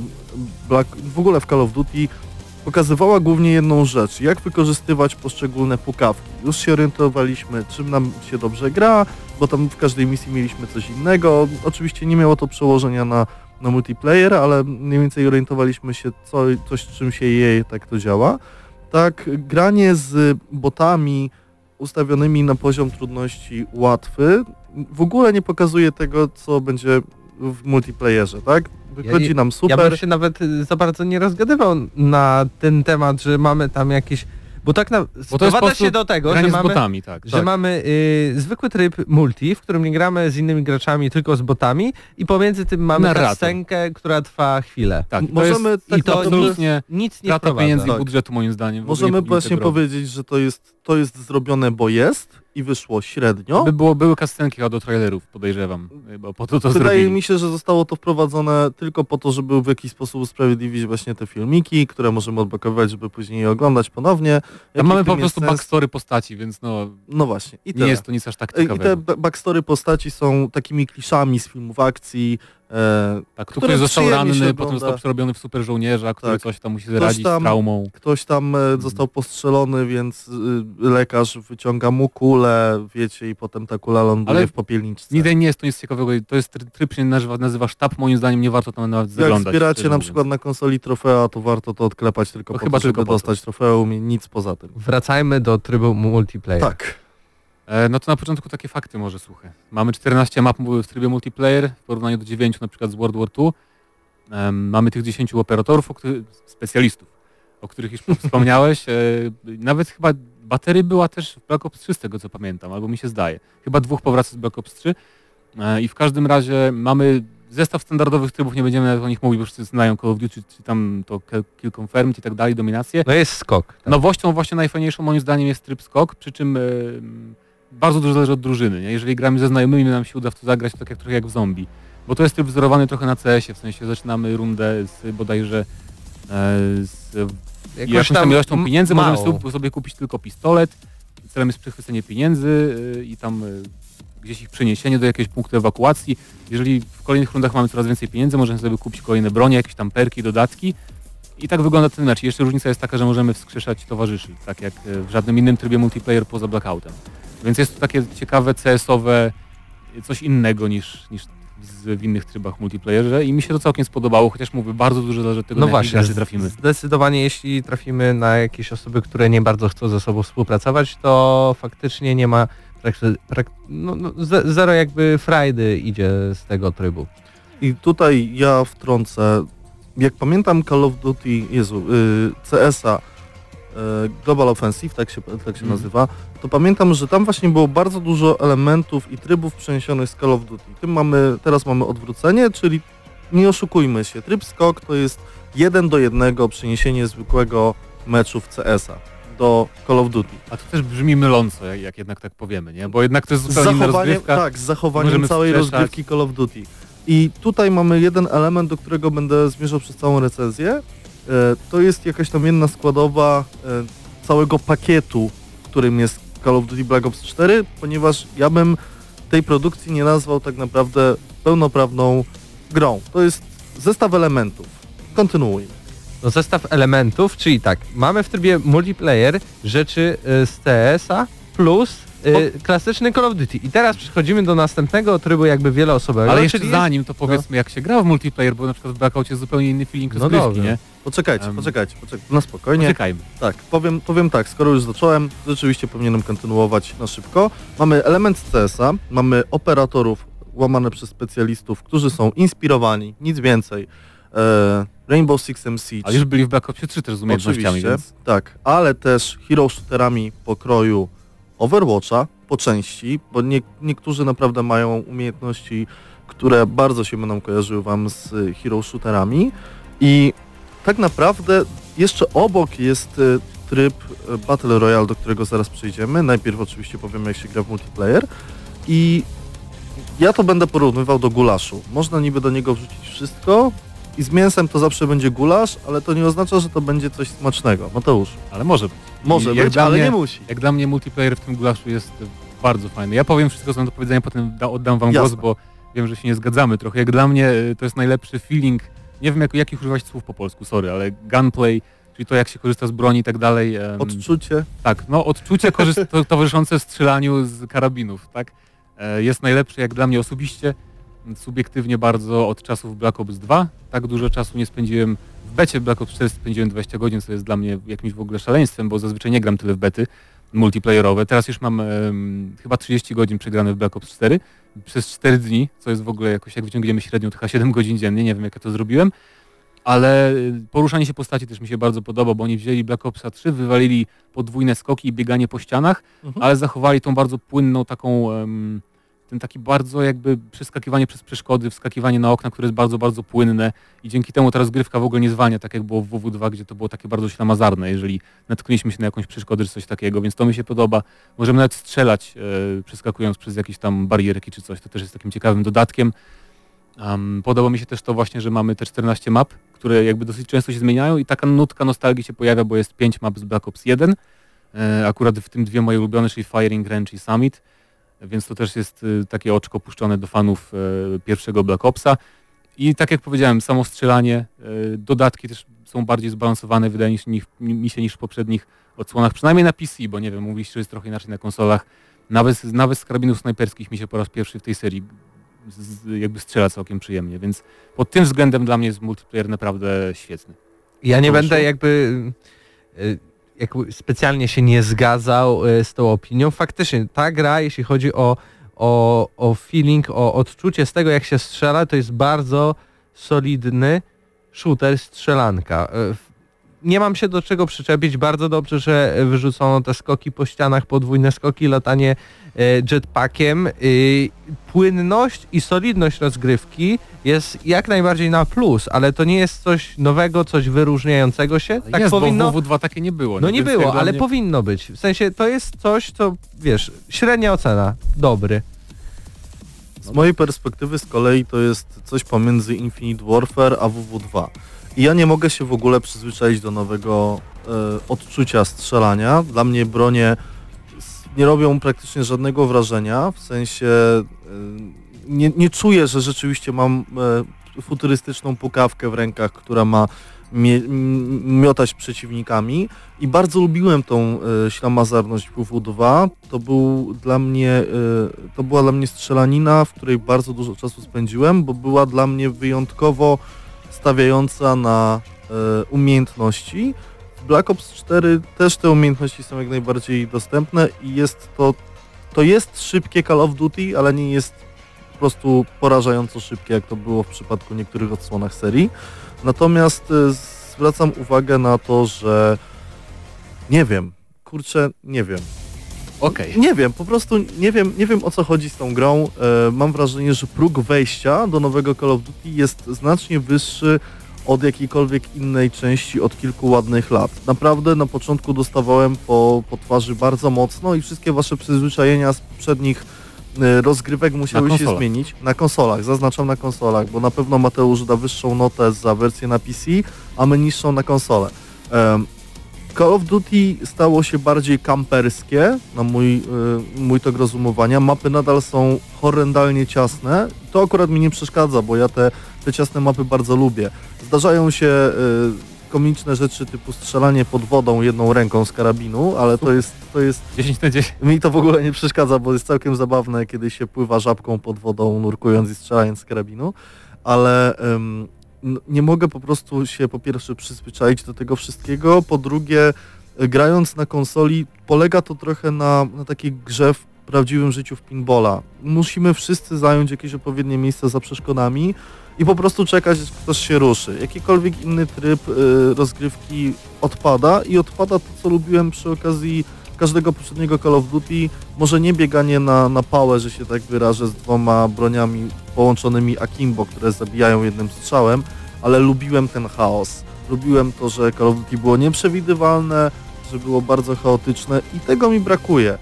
w ogóle w Call of Duty pokazywała głównie jedną rzecz, jak wykorzystywać poszczególne pukawki. Już się orientowaliśmy, czym nam się dobrze gra, bo tam w każdej misji mieliśmy coś innego. Oczywiście nie miało to przełożenia na multiplayer, ale mniej więcej orientowaliśmy się, coś czym się je, tak to działa. Tak, granie z botami ustawionymi na poziom trudności łatwy w ogóle nie pokazuje tego, co będzie w multiplayerze, tak? Wychodzi nam super. Ja bym się nawet za bardzo nie rozgadywał na ten temat, że mamy tam jakieś... Bo tak sprowadza się do tego, że mamy, botami, tak. Mamy zwykły tryb multi, w którym nie gramy z innymi graczami, tylko z botami i pomiędzy tym mamy scenkę, która trwa chwilę. Tak, możemy i to nic nie wprowadza. Pieniędzy budżetu moim zdaniem. Możemy właśnie powiedzieć, że to jest zrobione, bo jest i wyszło średnio. Były cutscenki do trailerów, podejrzewam, bo po to Wydaje zrobili. mi się, że zostało to wprowadzone tylko po to, żeby w jakiś sposób usprawiedliwić właśnie te filmiki, które możemy odblokować, żeby później je oglądać ponownie. Tam mamy po prostu backstory postaci, więc no właśnie. I nie jest to nic aż tak ciekawego. I te backstory postaci są takimi kliszami z filmów akcji. Tak, który został ranny, potem został przerobiony w super żołnierza, który coś tam musi zaradzić z traumą. Ktoś tam został postrzelony, więc lekarz wyciąga mu kulę, wiecie, i potem ta kula ląduje w popielniczce. Nigdy nie jest to nic ciekawego. To jest tryb, się nazywa sztab, moim zdaniem nie warto tam nawet zaglądać. Jak zbieracie na przykład na konsoli trofea, to warto to odklepać tylko po to, żeby dostać trofeum i nic poza tym. Wracajmy do trybu multiplayer. Tak. No to na początku takie fakty może suche. Mamy 14 map w trybie multiplayer w porównaniu do 9 na przykład z World War II. Mamy tych 10 operatorów, specjalistów, o których już wspomniałeś. Nawet chyba baterii była też w Black Ops 3 z tego co pamiętam, albo mi się zdaje. Chyba 2 powraca z Black Ops 3. I w każdym razie mamy zestaw standardowych trybów, nie będziemy nawet o nich mówić, bo wszyscy znają Call of Duty, czy tam to Kill Confirmed i tak dalej, dominację. No jest skok. Tak. Nowością właśnie najfajniejszą moim zdaniem jest tryb skok, przy czym bardzo dużo zależy od drużyny. Nie? Jeżeli gramy ze znajomymi, nam się uda w to zagrać, to trochę jak w zombie. Bo to jest tryb wzorowany trochę na CS-ie, w sensie zaczynamy rundę z bodajże z jakąś tam ilością pieniędzy, możemy sobie kupić tylko pistolet, celem jest przechwycenie pieniędzy i tam gdzieś ich przeniesienie do jakiegoś punktu ewakuacji. Jeżeli w kolejnych rundach mamy coraz więcej pieniędzy, możemy sobie kupić kolejne bronie, jakieś tam perki, dodatki. I tak wygląda ten mecz. I jeszcze różnica jest taka, że możemy wskrzeszać towarzyszy, tak jak w żadnym innym trybie multiplayer poza Blackoutem. Więc jest to takie ciekawe CS-owe, coś innego niż w innych trybach multiplayerze i mi się to całkiem spodobało, chociaż mówię, bardzo dużo zależy od tego, No na jakich właśnie, graczy trafimy. zdecydowanie jeśli trafimy na jakieś osoby, które nie bardzo chcą ze sobą współpracować, to faktycznie nie ma zero jakby frajdy idzie z tego trybu. I tutaj ja wtrącę, jak pamiętam Call of Duty, CS-a, Global Offensive, tak się nazywa, to pamiętam, że tam właśnie było bardzo dużo elementów i trybów przeniesionych z Call of Duty. Teraz mamy odwrócenie, czyli nie oszukujmy się, tryb skok to jest 1:1 przeniesienie zwykłego meczu w CS-a do Call of Duty. A to też brzmi myląco, jak jednak tak powiemy, nie? Bo jednak to jest zupełnie inna rozgrywka. Tak, z zachowaniem całej rozgrywki Call of Duty. I tutaj mamy jeden element, do którego będę zmierzał przez całą recenzję. To jest jakaś tam jedna składowa całego pakietu, którym jest Call of Duty Black Ops 4, ponieważ ja bym tej produkcji nie nazwał tak naprawdę pełnoprawną grą. To jest zestaw elementów. Kontynuuj. No zestaw elementów, czyli tak, mamy w trybie multiplayer rzeczy z CS-a plus klasyczny Call of Duty. I teraz przechodzimy do następnego trybu jakby wieloosobowego. Ale jeszcze zanim to powiedzmy, jak się gra w multiplayer, bo na przykład w Blackoutie jest zupełnie inny feeling rozgrywki, nie? Poczekajcie, na spokojnie. Poczekajmy. Tak, powiem tak, skoro już zacząłem, rzeczywiście powinienem kontynuować na szybko. Mamy element z CS-a, mamy operatorów łamane przez specjalistów, którzy są inspirowani, nic więcej. Rainbow Six Siege. Ale już byli w Black Opsie 3 też z umiejętnościami, więc... Tak, ale też hero shooterami pokroju Overwatcha po części, bo niektórzy naprawdę mają umiejętności, które bardzo się będą kojarzyły wam z hero shooterami i tak naprawdę jeszcze obok jest tryb Battle Royale, do którego zaraz przejdziemy. Najpierw oczywiście powiem, jak się gra w multiplayer i ja to będę porównywał do gulaszu. Można niby do niego wrzucić wszystko i z mięsem to zawsze będzie gulasz, ale to nie oznacza, że to będzie coś smacznego. Mateusz. Ale może być. Może być, ale nie musi. Jak dla mnie multiplayer w tym gulaszu jest bardzo fajny. Ja powiem wszystko, co mam do powiedzenia, potem oddam wam głos, bo wiem, że się nie zgadzamy trochę. Jak dla mnie to jest najlepszy feeling, nie wiem jakich używać słów po polsku, sorry, ale gunplay, czyli to jak się korzysta z broni i tak dalej. Odczucie. Tak, no odczucie towarzyszące strzelaniu z karabinów, tak? Jest najlepszy jak dla mnie osobiście, subiektywnie bardzo od czasów Black Ops 2. Tak dużo czasu nie spędziłem w becie Black Ops 4, spędziłem 20 godzin, co jest dla mnie jakimś w ogóle szaleństwem, bo zazwyczaj nie gram tyle w bety multiplayerowe. Teraz już mam chyba 30 godzin przegrane w Black Ops 4 przez 4 dni, co jest w ogóle jakoś, jak wyciągniemy średnią, to chyba 7 godzin dziennie, nie wiem jak ja to zrobiłem. Ale poruszanie się postaci też mi się bardzo podoba, bo oni wzięli Black Opsa 3, wywalili podwójne skoki i bieganie po ścianach, ale zachowali tą bardzo płynną taką, ten taki bardzo jakby przeskakiwanie przez przeszkody, wskakiwanie na okna, które jest bardzo, bardzo płynne i dzięki temu ta rozgrywka w ogóle nie zwalnia, tak jak było w WW2, gdzie to było takie bardzo ślamazarne, jeżeli natknęliśmy się na jakąś przeszkodę czy coś takiego, więc to mi się podoba. Możemy nawet strzelać, przeskakując przez jakieś tam barierki czy coś, to też jest takim ciekawym dodatkiem. Podoba mi się też to właśnie, że mamy te 14 map, które jakby dosyć często się zmieniają i taka nutka nostalgii się pojawia, bo jest 5 map z Black Ops 1, akurat w tym dwie moje ulubione, czyli Firing Range i Summit, więc to też jest takie oczko puszczone do fanów pierwszego Black Opsa. I tak jak powiedziałem, samo strzelanie, dodatki też są bardziej zbalansowane, wydaje mi się, niż w poprzednich odsłonach, przynajmniej na PC, bo nie wiem, mówiliście, że jest trochę inaczej na konsolach. Nawet z karabinów snajperskich mi się po raz pierwszy w tej serii jakby strzela całkiem przyjemnie, więc pod tym względem dla mnie jest multiplayer naprawdę świetny. Ja nie będę jakby specjalnie się nie zgadzał z tą opinią. Faktycznie ta gra, jeśli chodzi o feeling, o odczucie z tego, jak się strzela, to jest bardzo solidny shooter, strzelanka. Nie mam się do czego przyczepić. Bardzo dobrze, że wyrzucono te skoki po ścianach, podwójne skoki, latanie jetpackiem. Płynność i solidność rozgrywki jest jak najbardziej na plus, ale to nie jest coś nowego, coś wyróżniającego się. Tak jest, powinno... bo w WW2 takie nie było. No nie było, ale powinno być. W sensie to jest coś, co wiesz, średnia ocena, dobry. Z mojej perspektywy z kolei to jest coś pomiędzy Infinite Warfare a WW2. I ja nie mogę się w ogóle przyzwyczaić do nowego odczucia strzelania. Dla mnie bronie nie robią praktycznie żadnego wrażenia, w sensie nie czuję, że rzeczywiście mam futurystyczną pukawkę w rękach, która ma miotać przeciwnikami i bardzo lubiłem tą ślamazarność WW2. To była dla mnie strzelanina, w której bardzo dużo czasu spędziłem, bo była dla mnie wyjątkowo stawiająca na umiejętności. W Black Ops 4 też te umiejętności są jak najbardziej dostępne i to jest szybkie Call of Duty, ale nie jest po prostu porażająco szybkie, jak to było w przypadku niektórych odsłonach serii. Natomiast zwracam uwagę na to, że nie wiem. Okej. Nie wiem, po prostu nie wiem o co chodzi z tą grą. Mam wrażenie, że próg wejścia do nowego Call of Duty jest znacznie wyższy od jakiejkolwiek innej części od kilku ładnych lat. Naprawdę na początku dostawałem po twarzy bardzo mocno i wszystkie wasze przyzwyczajenia z poprzednich rozgrywek musiały się zmienić. Na konsolach, zaznaczam na konsolach, bo na pewno Mateusz da wyższą notę za wersję na PC, a my niższą na konsolę. Call of Duty stało się bardziej kamperskie, na mój tok rozumowania. Mapy nadal są horrendalnie ciasne. To akurat mi nie przeszkadza, bo ja te ciasne mapy bardzo lubię. Zdarzają się komiczne rzeczy typu strzelanie pod wodą jedną ręką z karabinu, ale to jest 10 na 10. Mi to w ogóle nie przeszkadza, bo jest całkiem zabawne, kiedy się pływa żabką pod wodą, nurkując i strzelając z karabinu, ale nie mogę po prostu się po pierwsze przyzwyczaić do tego wszystkiego, po drugie grając na konsoli polega to trochę na takiej grze w prawdziwym życiu w pinballa. Musimy wszyscy zająć jakieś odpowiednie miejsce za przeszkodami i po prostu czekać, aż ktoś się ruszy. Jakikolwiek inny tryb rozgrywki odpada i odpada to, co lubiłem przy okazji każdego poprzedniego Call of Duty. Może nie bieganie na pałę, że się tak wyrażę, z dwoma broniami połączonymi akimbo, które zabijają jednym strzałem, ale lubiłem ten chaos. Lubiłem to, że Call of Duty było nieprzewidywalne, że było bardzo chaotyczne i tego mi brakuje.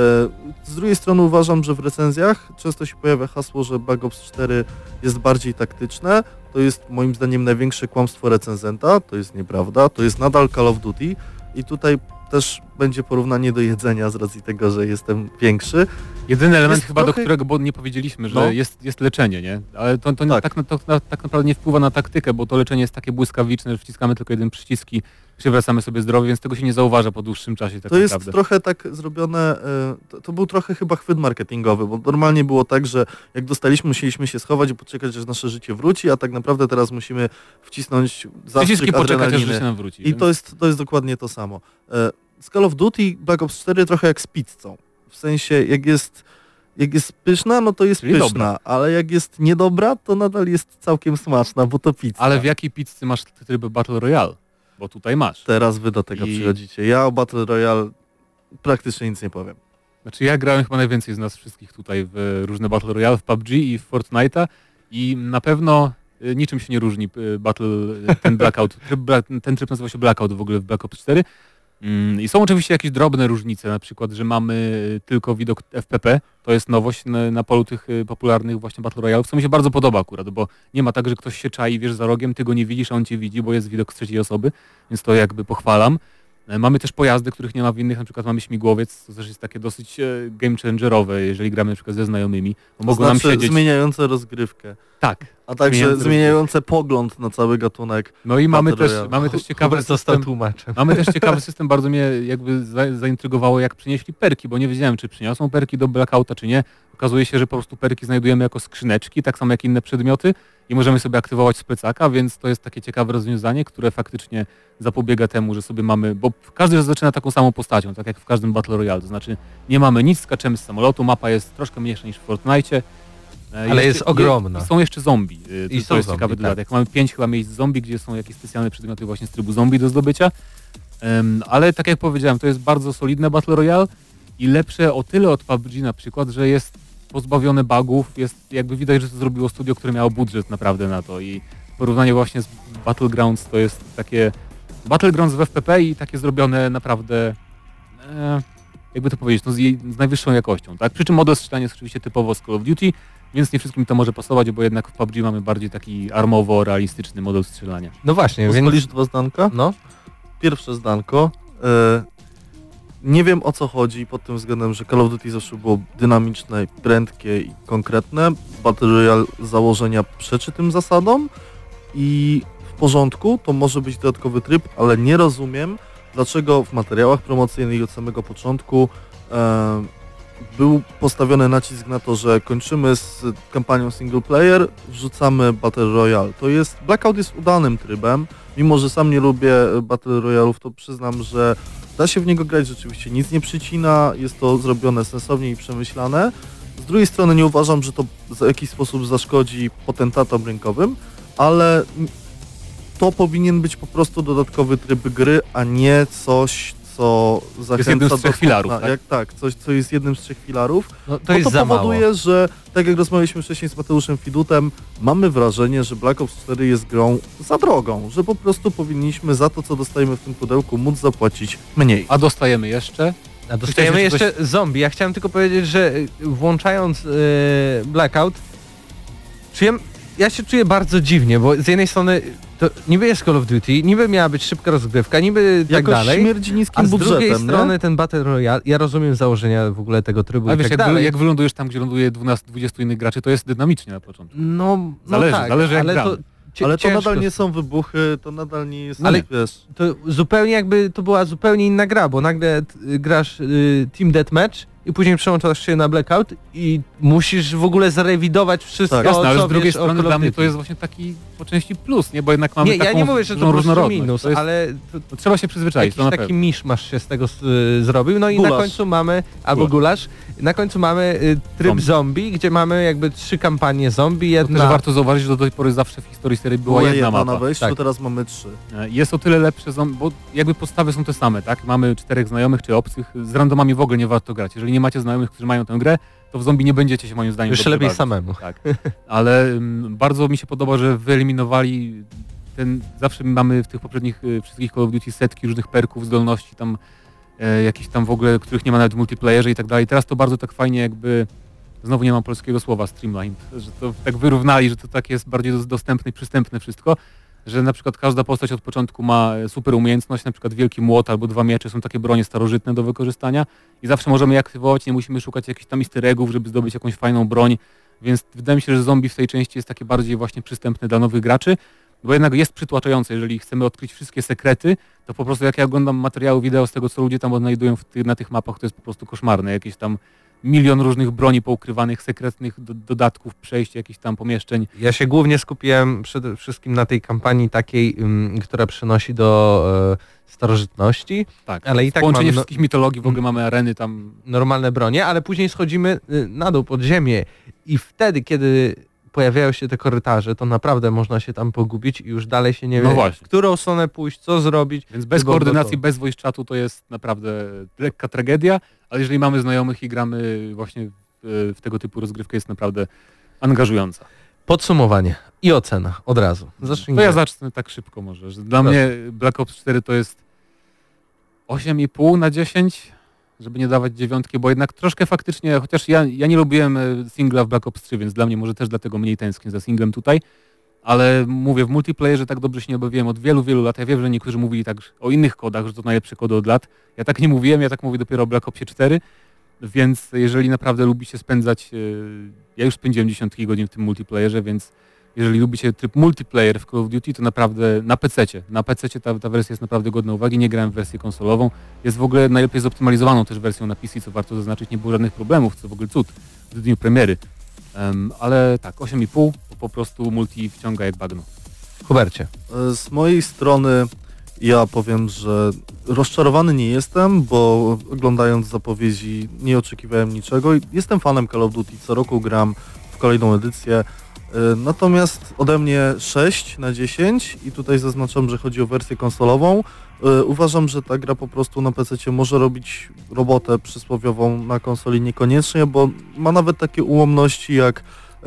Z drugiej strony uważam, że w recenzjach często się pojawia hasło, że Black Ops 4 jest bardziej taktyczne. To jest moim zdaniem największe kłamstwo recenzenta, to jest nieprawda, to jest nadal Call of Duty i tutaj też będzie porównanie do jedzenia z racji tego, że jestem większy. Jedyny element chyba, do którego bo nie powiedzieliśmy, że jest leczenie, nie? Ale to tak naprawdę nie wpływa na taktykę, bo to leczenie jest takie błyskawiczne, że wciskamy tylko jeden przycisk i przywracamy sobie zdrowie, więc tego się nie zauważa po dłuższym czasie. Tak to jest naprawdę. Trochę tak zrobione, to był trochę chyba chwyt marketingowy, bo normalnie było tak, że jak dostaliśmy, musieliśmy się schować i poczekać, aż nasze życie wróci, a tak naprawdę teraz musimy wcisnąć zastrzyk adrenaliny. Aż życie nam wróci. I więc... to jest dokładnie to samo. Z Call of Duty Black Ops 4 trochę jak z pizzą. W sensie, jak jest pyszna, no to jest czyli pyszna, dobra. Ale jak jest niedobra, to nadal jest całkiem smaczna, bo to pizza. Ale w jakiej pizzy masz tryb Battle Royale? Bo tutaj masz. Teraz wy do tego przychodzicie. Ja o Battle Royale praktycznie nic nie powiem. Znaczy ja grałem chyba najwięcej z nas wszystkich tutaj w różne Battle Royale, w PUBG i w Fortnite'a i na pewno niczym się nie różni ten Blackout. Ten tryb nazywa się Blackout w ogóle w Black Ops 4. I są oczywiście jakieś drobne różnice, na przykład, że mamy tylko widok FPP, to jest nowość na polu tych popularnych właśnie Battle Royale, co mi się bardzo podoba akurat, bo nie ma tak, że ktoś się czai, wiesz, za rogiem, ty go nie widzisz, a on cię widzi, bo jest widok z trzeciej osoby, więc to jakby pochwalam. Mamy też pojazdy, których nie ma w innych, na przykład mamy śmigłowiec, co też jest takie dosyć game changerowe, jeżeli gramy na przykład ze znajomymi. Bo mogą nam siedzieć... zmieniające rozgrywkę. Tak. A także zmieniające pogląd na cały gatunek. No i mamy też ciekawy system. Mamy też ciekawy system, bardzo mnie jakby zaintrygowało, jak przynieśli perki, bo nie wiedziałem, czy przyniosą perki do Blackouta, czy nie. Okazuje się, że po prostu perki znajdujemy jako skrzyneczki, tak samo jak inne przedmioty i możemy sobie aktywować z plecaka, więc to jest takie ciekawe rozwiązanie, które faktycznie zapobiega temu, że sobie mamy, bo każdy zaczyna taką samą postacią, tak jak w każdym Battle Royale, to znaczy nie mamy nic, skaczemy z samolotu, mapa jest troszkę mniejsza niż w Fortnite'cie. Ale jest ogromna. Są jeszcze zombie. I to jest ciekawy dodatek. Mamy 5 chyba miejsc zombie, gdzie są jakieś specjalne przedmioty właśnie z trybu zombie do zdobycia. Ale tak jak powiedziałem, to jest bardzo solidne Battle Royale i lepsze o tyle od PUBG na przykład, że jest pozbawione bugów, jest jakby widać, że to zrobiło studio, które miało budżet naprawdę na to i porównanie właśnie z Battlegrounds to jest takie Battlegrounds w FPP i takie zrobione naprawdę jakby to powiedzieć, no z najwyższą jakością, tak? Przy czym model strzelania jest oczywiście typowo z Call of Duty, więc nie wszystkim to może pasować, bo jednak w PUBG mamy bardziej taki armowo-realistyczny model strzelania. No właśnie, Pozwolisz dwa zdanka? No. Pierwsze zdanko. Nie wiem o co chodzi pod tym względem, że Call of Duty zawsze było dynamiczne, prędkie i konkretne. Battle Royale z założenia przeczy tym zasadom i w porządku, to może być dodatkowy tryb, ale nie rozumiem, dlaczego w materiałach promocyjnych od samego początku był postawiony nacisk na to, że kończymy z kampanią single player, wrzucamy Battle Royale. Blackout jest udanym trybem, mimo że sam nie lubię Battle Royale'ów, to przyznam, że da się w niego grać, rzeczywiście nic nie przycina, jest to zrobione sensownie i przemyślane. Z drugiej strony nie uważam, że to w jakiś sposób zaszkodzi potentatom rynkowym, ale to powinien być po prostu dodatkowy tryb gry, a nie coś, co zachęca jednym z trzech filarów, tak? Coś, co jest jednym z trzech filarów. No, to powoduje, mało. że tak jak rozmawialiśmy wcześniej z Mateuszem Fidutem, mamy wrażenie, że Black Ops 4 jest grą za drogą, że po prostu powinniśmy za to, co dostajemy w tym pudełku, móc zapłacić mniej. A dostajemy jeszcze? A dostajemy jeszcze zombie. Ja chciałem tylko powiedzieć, że włączając Blackout, ja się czuję bardzo dziwnie, bo z jednej strony to niby jest Call of Duty, niby miała być szybka rozgrywka, niby tak dalej, śmierdzi niskim a z budżetem, drugiej strony nie? ten Battle Royale, ja rozumiem założenia w ogóle tego trybu Ale i wiesz, tak dalej. jak wylądujesz tam, gdzie ląduje 12-20 innych graczy, to jest dynamicznie na początku. No tak, zależy jak ale gramy. Ale to ciężko. nadal nie są wybuchy, to nadal nie jest... Ale- wiesz, To zupełnie jakby to była zupełnie inna gra, bo nagle grasz Team Deathmatch i później przełączasz się na Blackout i musisz w ogóle zarewidować wszystko, Tak, Jasne, ale co z drugiej wiesz o strony Call of dla mnie Duty. to jest właśnie taki po części plus, nie? Bo jednak mamy Nie, taką ja nie mówię, że to dużą po prostu różnorodność. minus, To jest, ale to trzeba się przyzwyczaić, jakiś to na taki pewno. miszmasz się z tego zrobił, no i Gulasz. na końcu mamy, albo gulasz, na końcu mamy tryb zombie, gdzie mamy jakby 3 kampanie zombie, To jedna... też warto zauważyć, że do tej pory zawsze w historii serii była jedna na mapa. wejściu, Tak. teraz mamy 3. Jest o tyle lepsze, bo jakby podstawy są te same, tak? Mamy 4 znajomych czy obcych, z randomami w ogóle nie warto grać. Jeżeli nie macie znajomych, którzy mają tę grę, to w zombie nie będziecie się moim zdaniem Już dobrze lepiej bawić. samemu. Tak. Ale bardzo mi się podoba, że wyeliminowali zawsze mamy w tych poprzednich wszystkich Call of Duty setki różnych perków, zdolności tam jakichś tam w ogóle, których nie ma nawet w multiplayerze i tak dalej. Teraz to bardzo tak fajnie jakby, znowu nie mam polskiego słowa, streamlined, że to tak wyrównali, że to tak jest bardziej dostępne i przystępne wszystko, że na przykład każda postać od początku ma super umiejętność, na przykład wielki młot albo 2 miecze, są takie bronie starożytne do wykorzystania i zawsze możemy je aktywować, nie musimy szukać jakichś tam easter eggów, żeby zdobyć jakąś fajną broń, więc wydaje mi się, że zombie w tej części jest takie bardziej właśnie przystępne dla nowych graczy, bo jednak jest przytłaczające, jeżeli chcemy odkryć wszystkie sekrety, to po prostu jak ja oglądam materiały wideo z tego, co ludzie tam odnajdują na tych mapach, to jest po prostu koszmarne, jakieś tam milion różnych broni poukrywanych, sekretnych dodatków, przejść, jakichś tam pomieszczeń. Ja się głównie skupiłem przede wszystkim na tej kampanii takiej, która przynosi do starożytności, Tak, ale i tak połączenie mamy wszystkich mitologii, w ogóle mamy areny tam. normalne bronie, ale później schodzimy na dół pod ziemię i wtedy, kiedy pojawiają się te korytarze, to naprawdę można się tam pogubić i już dalej się nie wie, No właśnie. w którą stronę pójść, co zrobić. Więc bez Bo koordynacji, to- bez voice chatu to jest naprawdę lekka tragedia, ale jeżeli mamy znajomych i gramy właśnie w tego typu rozgrywkę, jest naprawdę angażująca. Podsumowanie i ocena od razu. Zacznijmy. To ja zacznę tak szybko może, że dla mnie Black Ops 4 to jest 8,5 na 10, żeby nie dawać 9, bo jednak troszkę faktycznie, chociaż ja nie lubiłem singla w Black Ops 3, więc dla mnie może też dlatego mniej tęsknię za singlem tutaj, ale mówię, w multiplayerze tak dobrze się nie bawiłem od wielu, wielu lat. Ja wiem, że niektórzy mówili tak o innych kodach, że to najlepsze kody od lat. Ja tak nie mówiłem, ja tak mówię dopiero o Black Opsie 4, więc jeżeli naprawdę lubicie spędzać, ja już spędziłem dziesiątki godzin w tym multiplayerze, więc jeżeli lubicie tryb multiplayer w Call of Duty, to naprawdę na PC-cie. Na PC-cie ta wersja jest naprawdę godna uwagi, nie grałem w wersję konsolową. Jest w ogóle najlepiej zoptymalizowaną też wersją na PC, co warto zaznaczyć, nie było żadnych problemów, co w ogóle cud w dniu premiery. Ale tak, 8,5, bo po prostu multi wciąga jak bagno. Hubercie. Z mojej strony ja powiem, że rozczarowany nie jestem, bo oglądając zapowiedzi nie oczekiwałem niczego. Jestem fanem Call of Duty, co roku gram w kolejną edycję. Natomiast ode mnie 6 na 10 i tutaj zaznaczam, że chodzi o wersję konsolową. Uważam, że ta gra po prostu na PC może robić robotę przysłowiową, na konsoli niekoniecznie, bo ma nawet takie ułomności jak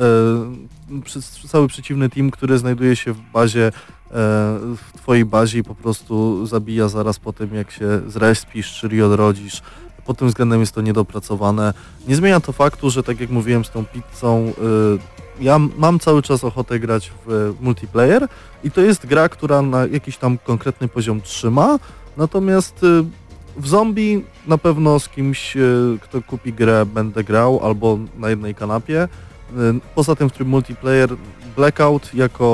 cały przeciwny team, który znajduje się w bazie, w twojej bazie i po prostu zabija zaraz po tym, jak się zrespisz, czyli odrodzisz. Pod tym względem jest to niedopracowane. Nie zmienia to faktu, że tak jak mówiłem z tą pizzą, ja mam cały czas ochotę grać w multiplayer i to jest gra, która na jakiś tam konkretny poziom trzyma, natomiast w zombie na pewno z kimś, kto kupi grę, będę grał albo na jednej kanapie. Poza tym w tryb multiplayer Blackout jako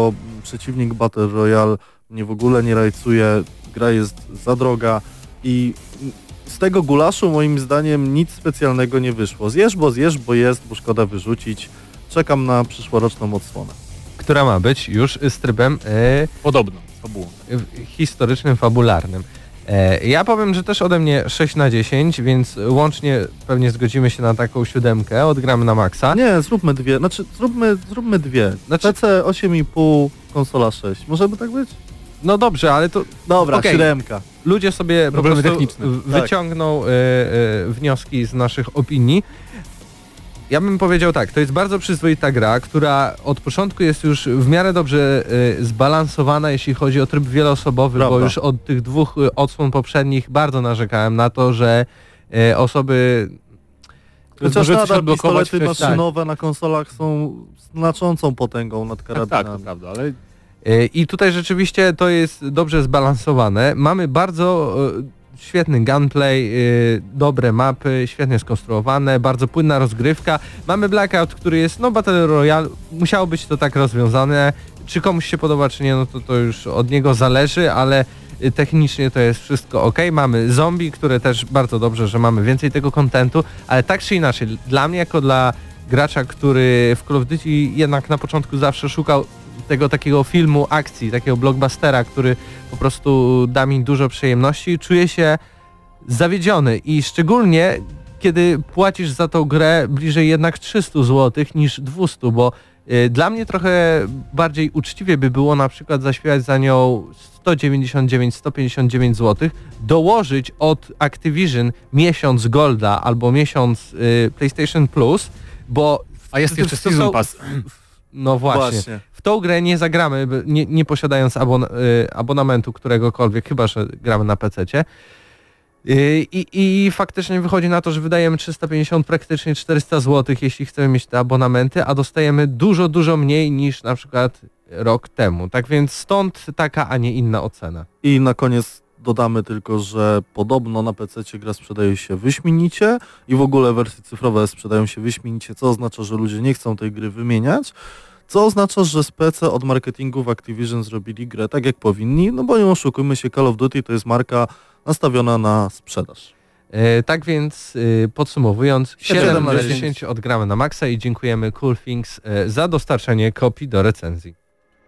przeciwnik Battle Royale mnie w ogóle nie rajcuje, gra jest za droga i z tego gulaszu moim zdaniem nic specjalnego nie wyszło. Zjesz, bo jest, bo szkoda wyrzucić. Czekam na przyszłoroczną odsłonę. Która ma być już z trybem Podobno, fabułą. historycznym, fabularnym. Ja powiem, że też ode mnie 6/10, więc łącznie pewnie zgodzimy się na taką 7, odgramy na maksa. Nie, zróbmy dwie, zróbmy dwie. PC 8,5, konsola 6. Może by tak być? No dobrze, ale to... Dobra, okej. 7. Ludzie sobie Problemy po prostu techniczne. wyciągną wnioski z naszych opinii. Ja bym powiedział tak, to jest bardzo przyzwoita gra, która od początku jest już w miarę dobrze zbalansowana, jeśli chodzi o tryb wieloosobowy, Prawda. bo już od tych 2 odsłon poprzednich bardzo narzekałem na to, że osoby... Chociaż Możecie nadal blokować pistolety kwestię- maszynowe na konsolach są znaczącą potęgą nad Tak, karabinami. tak, to prawda, ale I tutaj rzeczywiście to jest dobrze zbalansowane. Mamy bardzo świetny gunplay, dobre mapy, świetnie skonstruowane, bardzo płynna rozgrywka. Mamy Blackout, który jest, no Battle Royale, musiało być to tak rozwiązane. Czy komuś się podoba, czy nie, no to już od niego zależy, ale technicznie to jest wszystko ok. Mamy zombie, które też bardzo dobrze, że mamy więcej tego kontentu, ale tak czy inaczej, dla mnie jako dla gracza, który w Call of Duty jednak na początku zawsze szukał tego takiego filmu akcji, takiego blockbustera, który po prostu da mi dużo przyjemności, czuję się zawiedziony i szczególnie kiedy płacisz za tą grę bliżej jednak 300 zł niż 200, bo dla mnie trochę bardziej uczciwie by było na przykład zaśpiewać za nią 199-159 zł, dołożyć od Activision miesiąc Golda albo miesiąc PlayStation Plus, bo... a jest jeszcze to Season są- Pass. No właśnie. W tą grę nie zagramy, nie posiadając abonamentu któregokolwiek, chyba że gramy na PC-cie. I faktycznie wychodzi na to, że wydajemy 350, praktycznie 400 zł, jeśli chcemy mieć te abonamenty, a dostajemy dużo, dużo mniej niż na przykład rok temu. Tak więc stąd taka, a nie inna ocena. I na koniec dodamy tylko, że podobno na PC gra sprzedaje się wyśmienicie i w ogóle wersje cyfrowe sprzedają się wyśmienicie, co oznacza, że ludzie nie chcą tej gry wymieniać, co oznacza, że z PC od marketingu w Activision zrobili grę tak jak powinni, no bo nie oszukujmy się, Call of Duty to jest marka nastawiona na sprzedaż. Tak więc podsumowując, 7 7 na 10 odgramy na maksa i dziękujemy Cool Things za dostarczenie kopii do recenzji.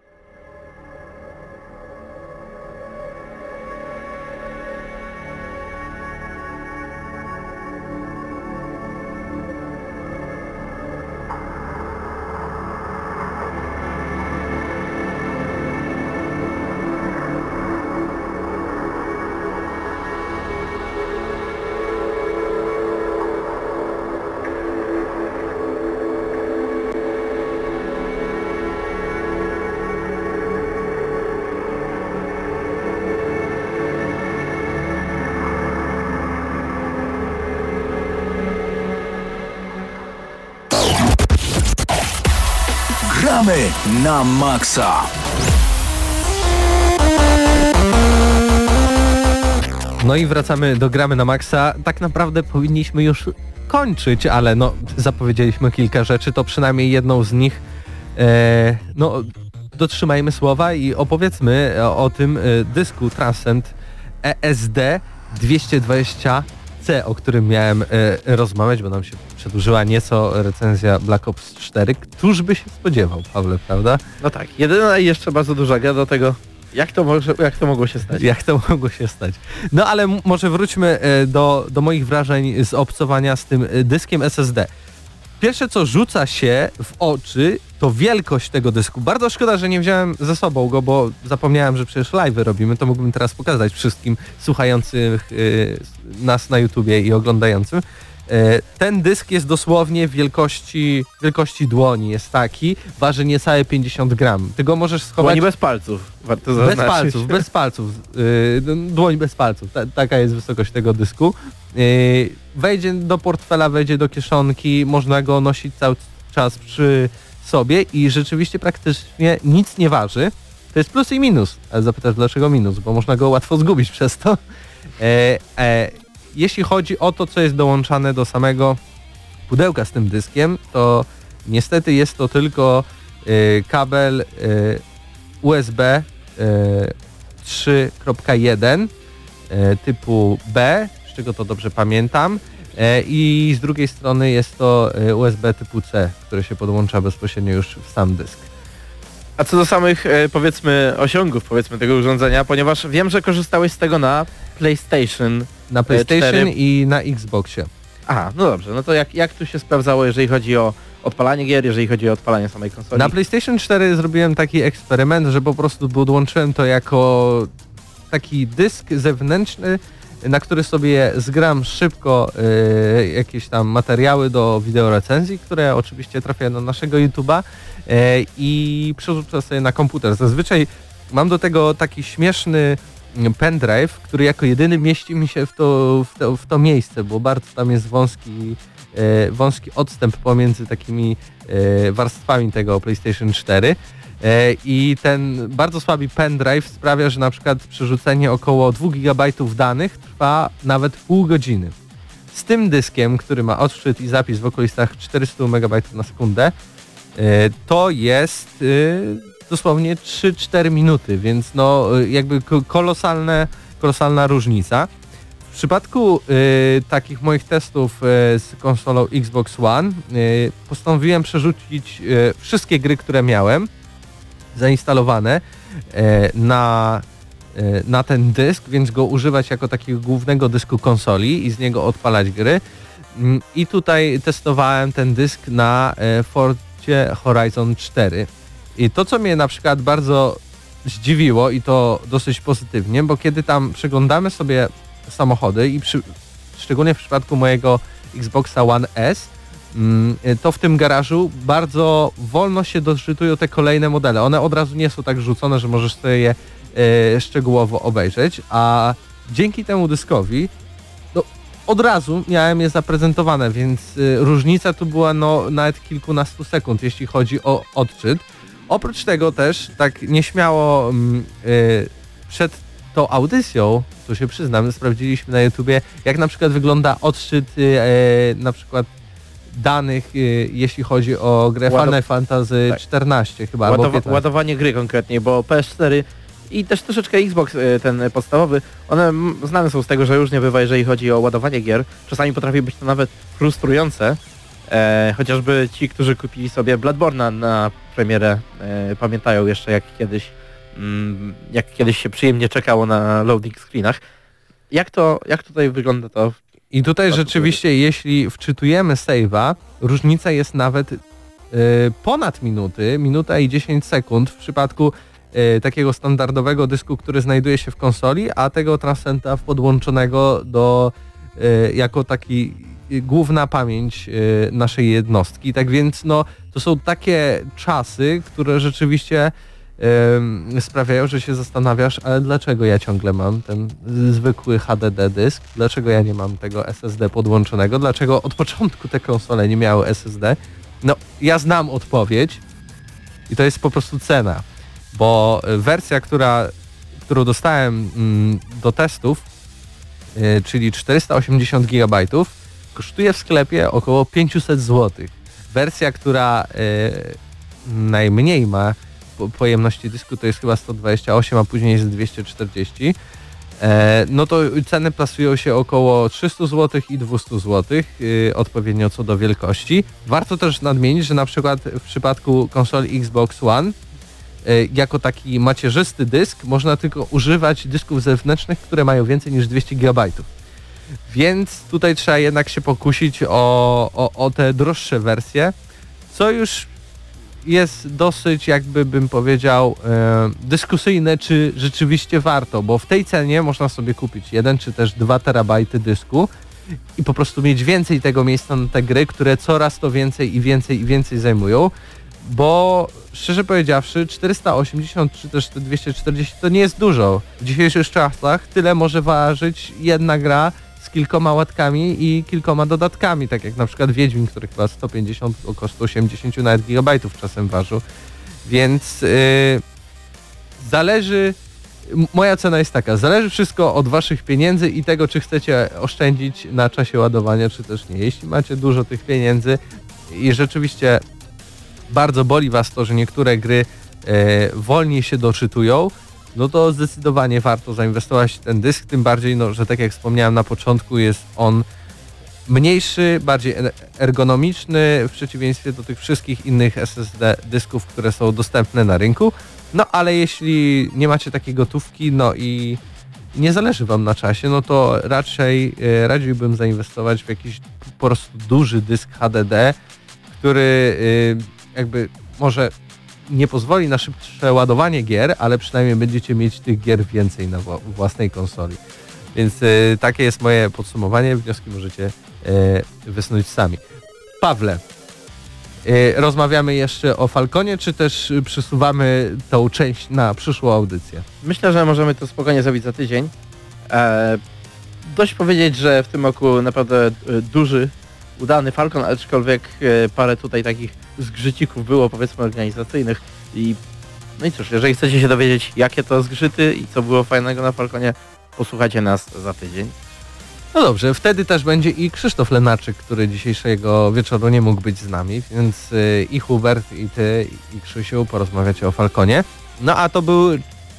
Gramy na maksa. No i wracamy do gramy na maksa. Tak naprawdę powinniśmy już kończyć, ale no zapowiedzieliśmy kilka rzeczy, to przynajmniej jedną z nich no dotrzymajmy słowa i opowiedzmy o tym dysku Transcend ESD 220C, o którym miałem rozmawiać, bo nam się przedłużyła nieco recenzja Black Ops 4. Któż by się spodziewał, Pawle, prawda? No tak, jedyna i jeszcze bardzo duża gra do tego, jak to mogło się stać. Jak to mogło się stać? No ale może wróćmy do moich wrażeń z obcowania z tym dyskiem SSD. Pierwsze co rzuca się w oczy to wielkość tego dysku. Bardzo szkoda, że nie wziąłem ze sobą go, bo zapomniałem, że przecież live'y robimy, to mógłbym teraz pokazać wszystkim słuchającym nas na YouTubie i oglądającym. Ten dysk jest dosłownie wielkości dłoni, jest taki, waży niecałe 50 gram. Ty go możesz schować... Dłoni bez palców, warto zaznaczyć. Bez palców. Dłoń bez palców. Taka jest wysokość tego dysku. Wejdzie do portfela, wejdzie do kieszonki, można go nosić cały czas przy sobie i rzeczywiście praktycznie nic nie waży. To jest plus i minus. Ale zapytasz dlaczego minus, bo można go łatwo zgubić przez to. Jeśli chodzi o to, co jest dołączane do samego pudełka z tym dyskiem, to niestety jest to tylko kabel USB 3.1 typu B, z czego to dobrze pamiętam. I z drugiej strony jest to USB typu C, które się podłącza bezpośrednio już w sam dysk. A co do samych, powiedzmy, osiągów, tego urządzenia, ponieważ wiem, że korzystałeś z tego na PlayStation. Na PlayStation 4. i na Xboxie. Aha, no dobrze, no to jak tu się sprawdzało, jeżeli chodzi o odpalanie gier, jeżeli chodzi o odpalanie samej konsoli? Na PlayStation 4 zrobiłem taki eksperyment, że po prostu podłączyłem to jako taki dysk zewnętrzny, na który sobie zgram szybko jakieś tam materiały do wideorecenzji, które oczywiście trafiają na naszego YouTube'a i przerzucę sobie na komputer. Zazwyczaj mam do tego taki śmieszny pendrive, który jako jedyny mieści mi się w to miejsce, bo bardzo tam jest wąski odstęp pomiędzy takimi warstwami tego PlayStation 4 i ten bardzo słaby pendrive sprawia, że na przykład przerzucenie około 2 GB danych trwa nawet pół godziny. Z tym dyskiem, który ma odczyt i zapis w okolicach 400 MB na sekundę, to jest dosłownie 3-4 minuty, więc no jakby kolosalna różnica. W przypadku takich moich testów z konsolą Xbox One postanowiłem przerzucić wszystkie gry, które miałem zainstalowane na ten dysk, więc go używać jako takiego głównego dysku konsoli i z niego odpalać gry. I tutaj testowałem ten dysk na Forzie Horizon 4. I to, co mnie na przykład bardzo zdziwiło i to dosyć pozytywnie, bo kiedy tam przeglądamy sobie samochody i szczególnie w przypadku mojego Xboxa One S, to w tym garażu bardzo wolno się doczytują te kolejne modele. One od razu nie są tak rzucone, że możesz sobie je szczegółowo obejrzeć, a dzięki temu dyskowi od razu miałem je zaprezentowane, więc różnica tu była nawet kilkunastu sekund, jeśli chodzi o odczyt. Oprócz tego też tak nieśmiało przed tą audycją, to się przyznam, sprawdziliśmy na YouTubie, jak na przykład wygląda odczyt na przykład danych, jeśli chodzi o grę Final Fantasy XIV chyba, albo 15. Ładowanie gry konkretnie, bo PS4 i też troszeczkę Xbox ten podstawowy, one znane są z tego, że różnie bywa, jeżeli chodzi o ładowanie gier. Czasami potrafi być to nawet frustrujące. Chociażby ci, którzy kupili sobie Bloodborne'a na premierę, pamiętają jeszcze jak kiedyś się przyjemnie czekało na loading screenach. Jak tutaj wygląda to? I tutaj rzeczywiście, jeśli wczytujemy save'a, różnica jest nawet ponad minuta i 10 sekund w przypadku takiego standardowego dysku, który znajduje się w konsoli, a tego Transcenda podłączonego jako taki główna pamięć naszej jednostki. Tak więc to są takie czasy, które rzeczywiście sprawiają, że się zastanawiasz, ale dlaczego ja ciągle mam ten zwykły HDD dysk? Dlaczego ja nie mam tego SSD podłączonego? Dlaczego od początku te konsole nie miały SSD? Ja znam odpowiedź i to jest po prostu cena, bo wersja, którą dostałem do testów, czyli 480 GB, kosztuje w sklepie około 500 zł. Wersja, która najmniej ma pojemności dysku, to jest chyba 128, a później jest 240. To ceny plasują się około 300 zł i 200 zł, odpowiednio co do wielkości. Warto też nadmienić, że na przykład w przypadku konsoli Xbox One jako taki macierzysty dysk można tylko używać dysków zewnętrznych, które mają więcej niż 200 GB. Więc tutaj trzeba jednak się pokusić o te droższe wersje, co już jest dosyć, jakby bym powiedział, dyskusyjne, czy rzeczywiście warto, bo w tej cenie można sobie kupić 1 czy też 2 terabajty dysku i po prostu mieć więcej tego miejsca na te gry, które coraz to więcej i więcej zajmują, bo szczerze powiedziawszy 480 czy też 240 to nie jest dużo. W dzisiejszych czasach tyle może ważyć jedna gra z kilkoma łatkami i kilkoma dodatkami, tak jak na przykład Wiedźmin, który chyba 150, około 180 nawet gigabajtów czasem ważył. Więc zależy, moja cena jest taka, zależy wszystko od waszych pieniędzy i tego, czy chcecie oszczędzić na czasie ładowania, czy też nie. Jeśli macie dużo tych pieniędzy i rzeczywiście bardzo boli was to, że niektóre gry wolniej się doczytują, no to zdecydowanie warto zainwestować w ten dysk, tym bardziej, no, że tak jak wspomniałem na początku, jest on mniejszy, bardziej ergonomiczny w przeciwieństwie do tych wszystkich innych SSD dysków, które są dostępne na rynku. No ale jeśli nie macie takiej gotówki, no i nie zależy wam na czasie, no to raczej radziłbym zainwestować w jakiś po prostu duży dysk HDD, który jakby może nie pozwoli na szybsze ładowanie gier, ale przynajmniej będziecie mieć tych gier więcej na własnej konsoli. Więc takie jest moje podsumowanie, wnioski możecie wysnuć sami. Pawle, rozmawiamy jeszcze o Falconie, czy też przesuwamy tą część na przyszłą audycję? Myślę, że możemy to spokojnie zrobić za tydzień. Dość powiedzieć, że w tym roku naprawdę duży, udany Falcon, aczkolwiek parę tutaj takich zgrzycików było, powiedzmy, organizacyjnych. No i cóż, jeżeli chcecie się dowiedzieć, jakie to zgrzyty i co było fajnego na Falconie, posłuchajcie nas za tydzień. No dobrze, wtedy też będzie i Krzysztof Lenarczyk, który dzisiejszego wieczoru nie mógł być z nami, więc i Hubert, i ty, i Krzysiu porozmawiacie o Falconie. No a to był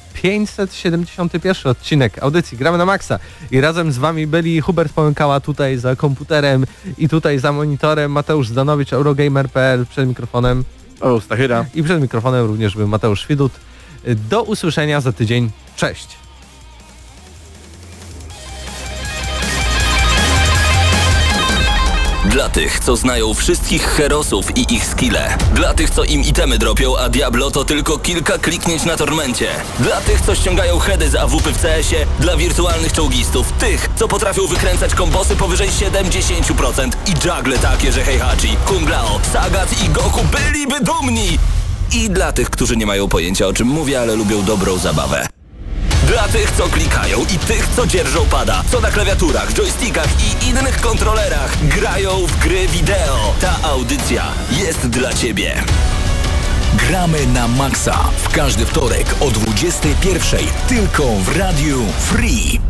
571 odcinek audycji Gramy na Maxa i razem z wami byli Hubert Pomykała tutaj za komputerem i tutaj za monitorem, Mateusz Zdanowicz, Eurogamer.pl, przed mikrofonem O, Stachyra. i przed mikrofonem również był Mateusz Widut. Do usłyszenia za tydzień. Cześć! Dla tych, co znają wszystkich herosów i ich skille. Dla tych, co im itemy dropią, a Diablo to tylko kilka kliknięć na tormencie. Dla tych, co ściągają heady z AWP w CS-ie. Dla wirtualnych czołgistów. Tych, co potrafią wykręcać kombosy powyżej 70% i juggle takie, że Heihachi, Kung Lao, Sagat i Goku byliby dumni. I dla tych, którzy nie mają pojęcia, o czym mówię, ale lubią dobrą zabawę. Dla tych, co klikają i tych, co dzierżą pada, co na klawiaturach, joystickach i innych kontrolerach grają w gry wideo. Ta audycja jest dla Ciebie. Gramy na Maxa w każdy wtorek o 21:00 tylko w Radiu Free.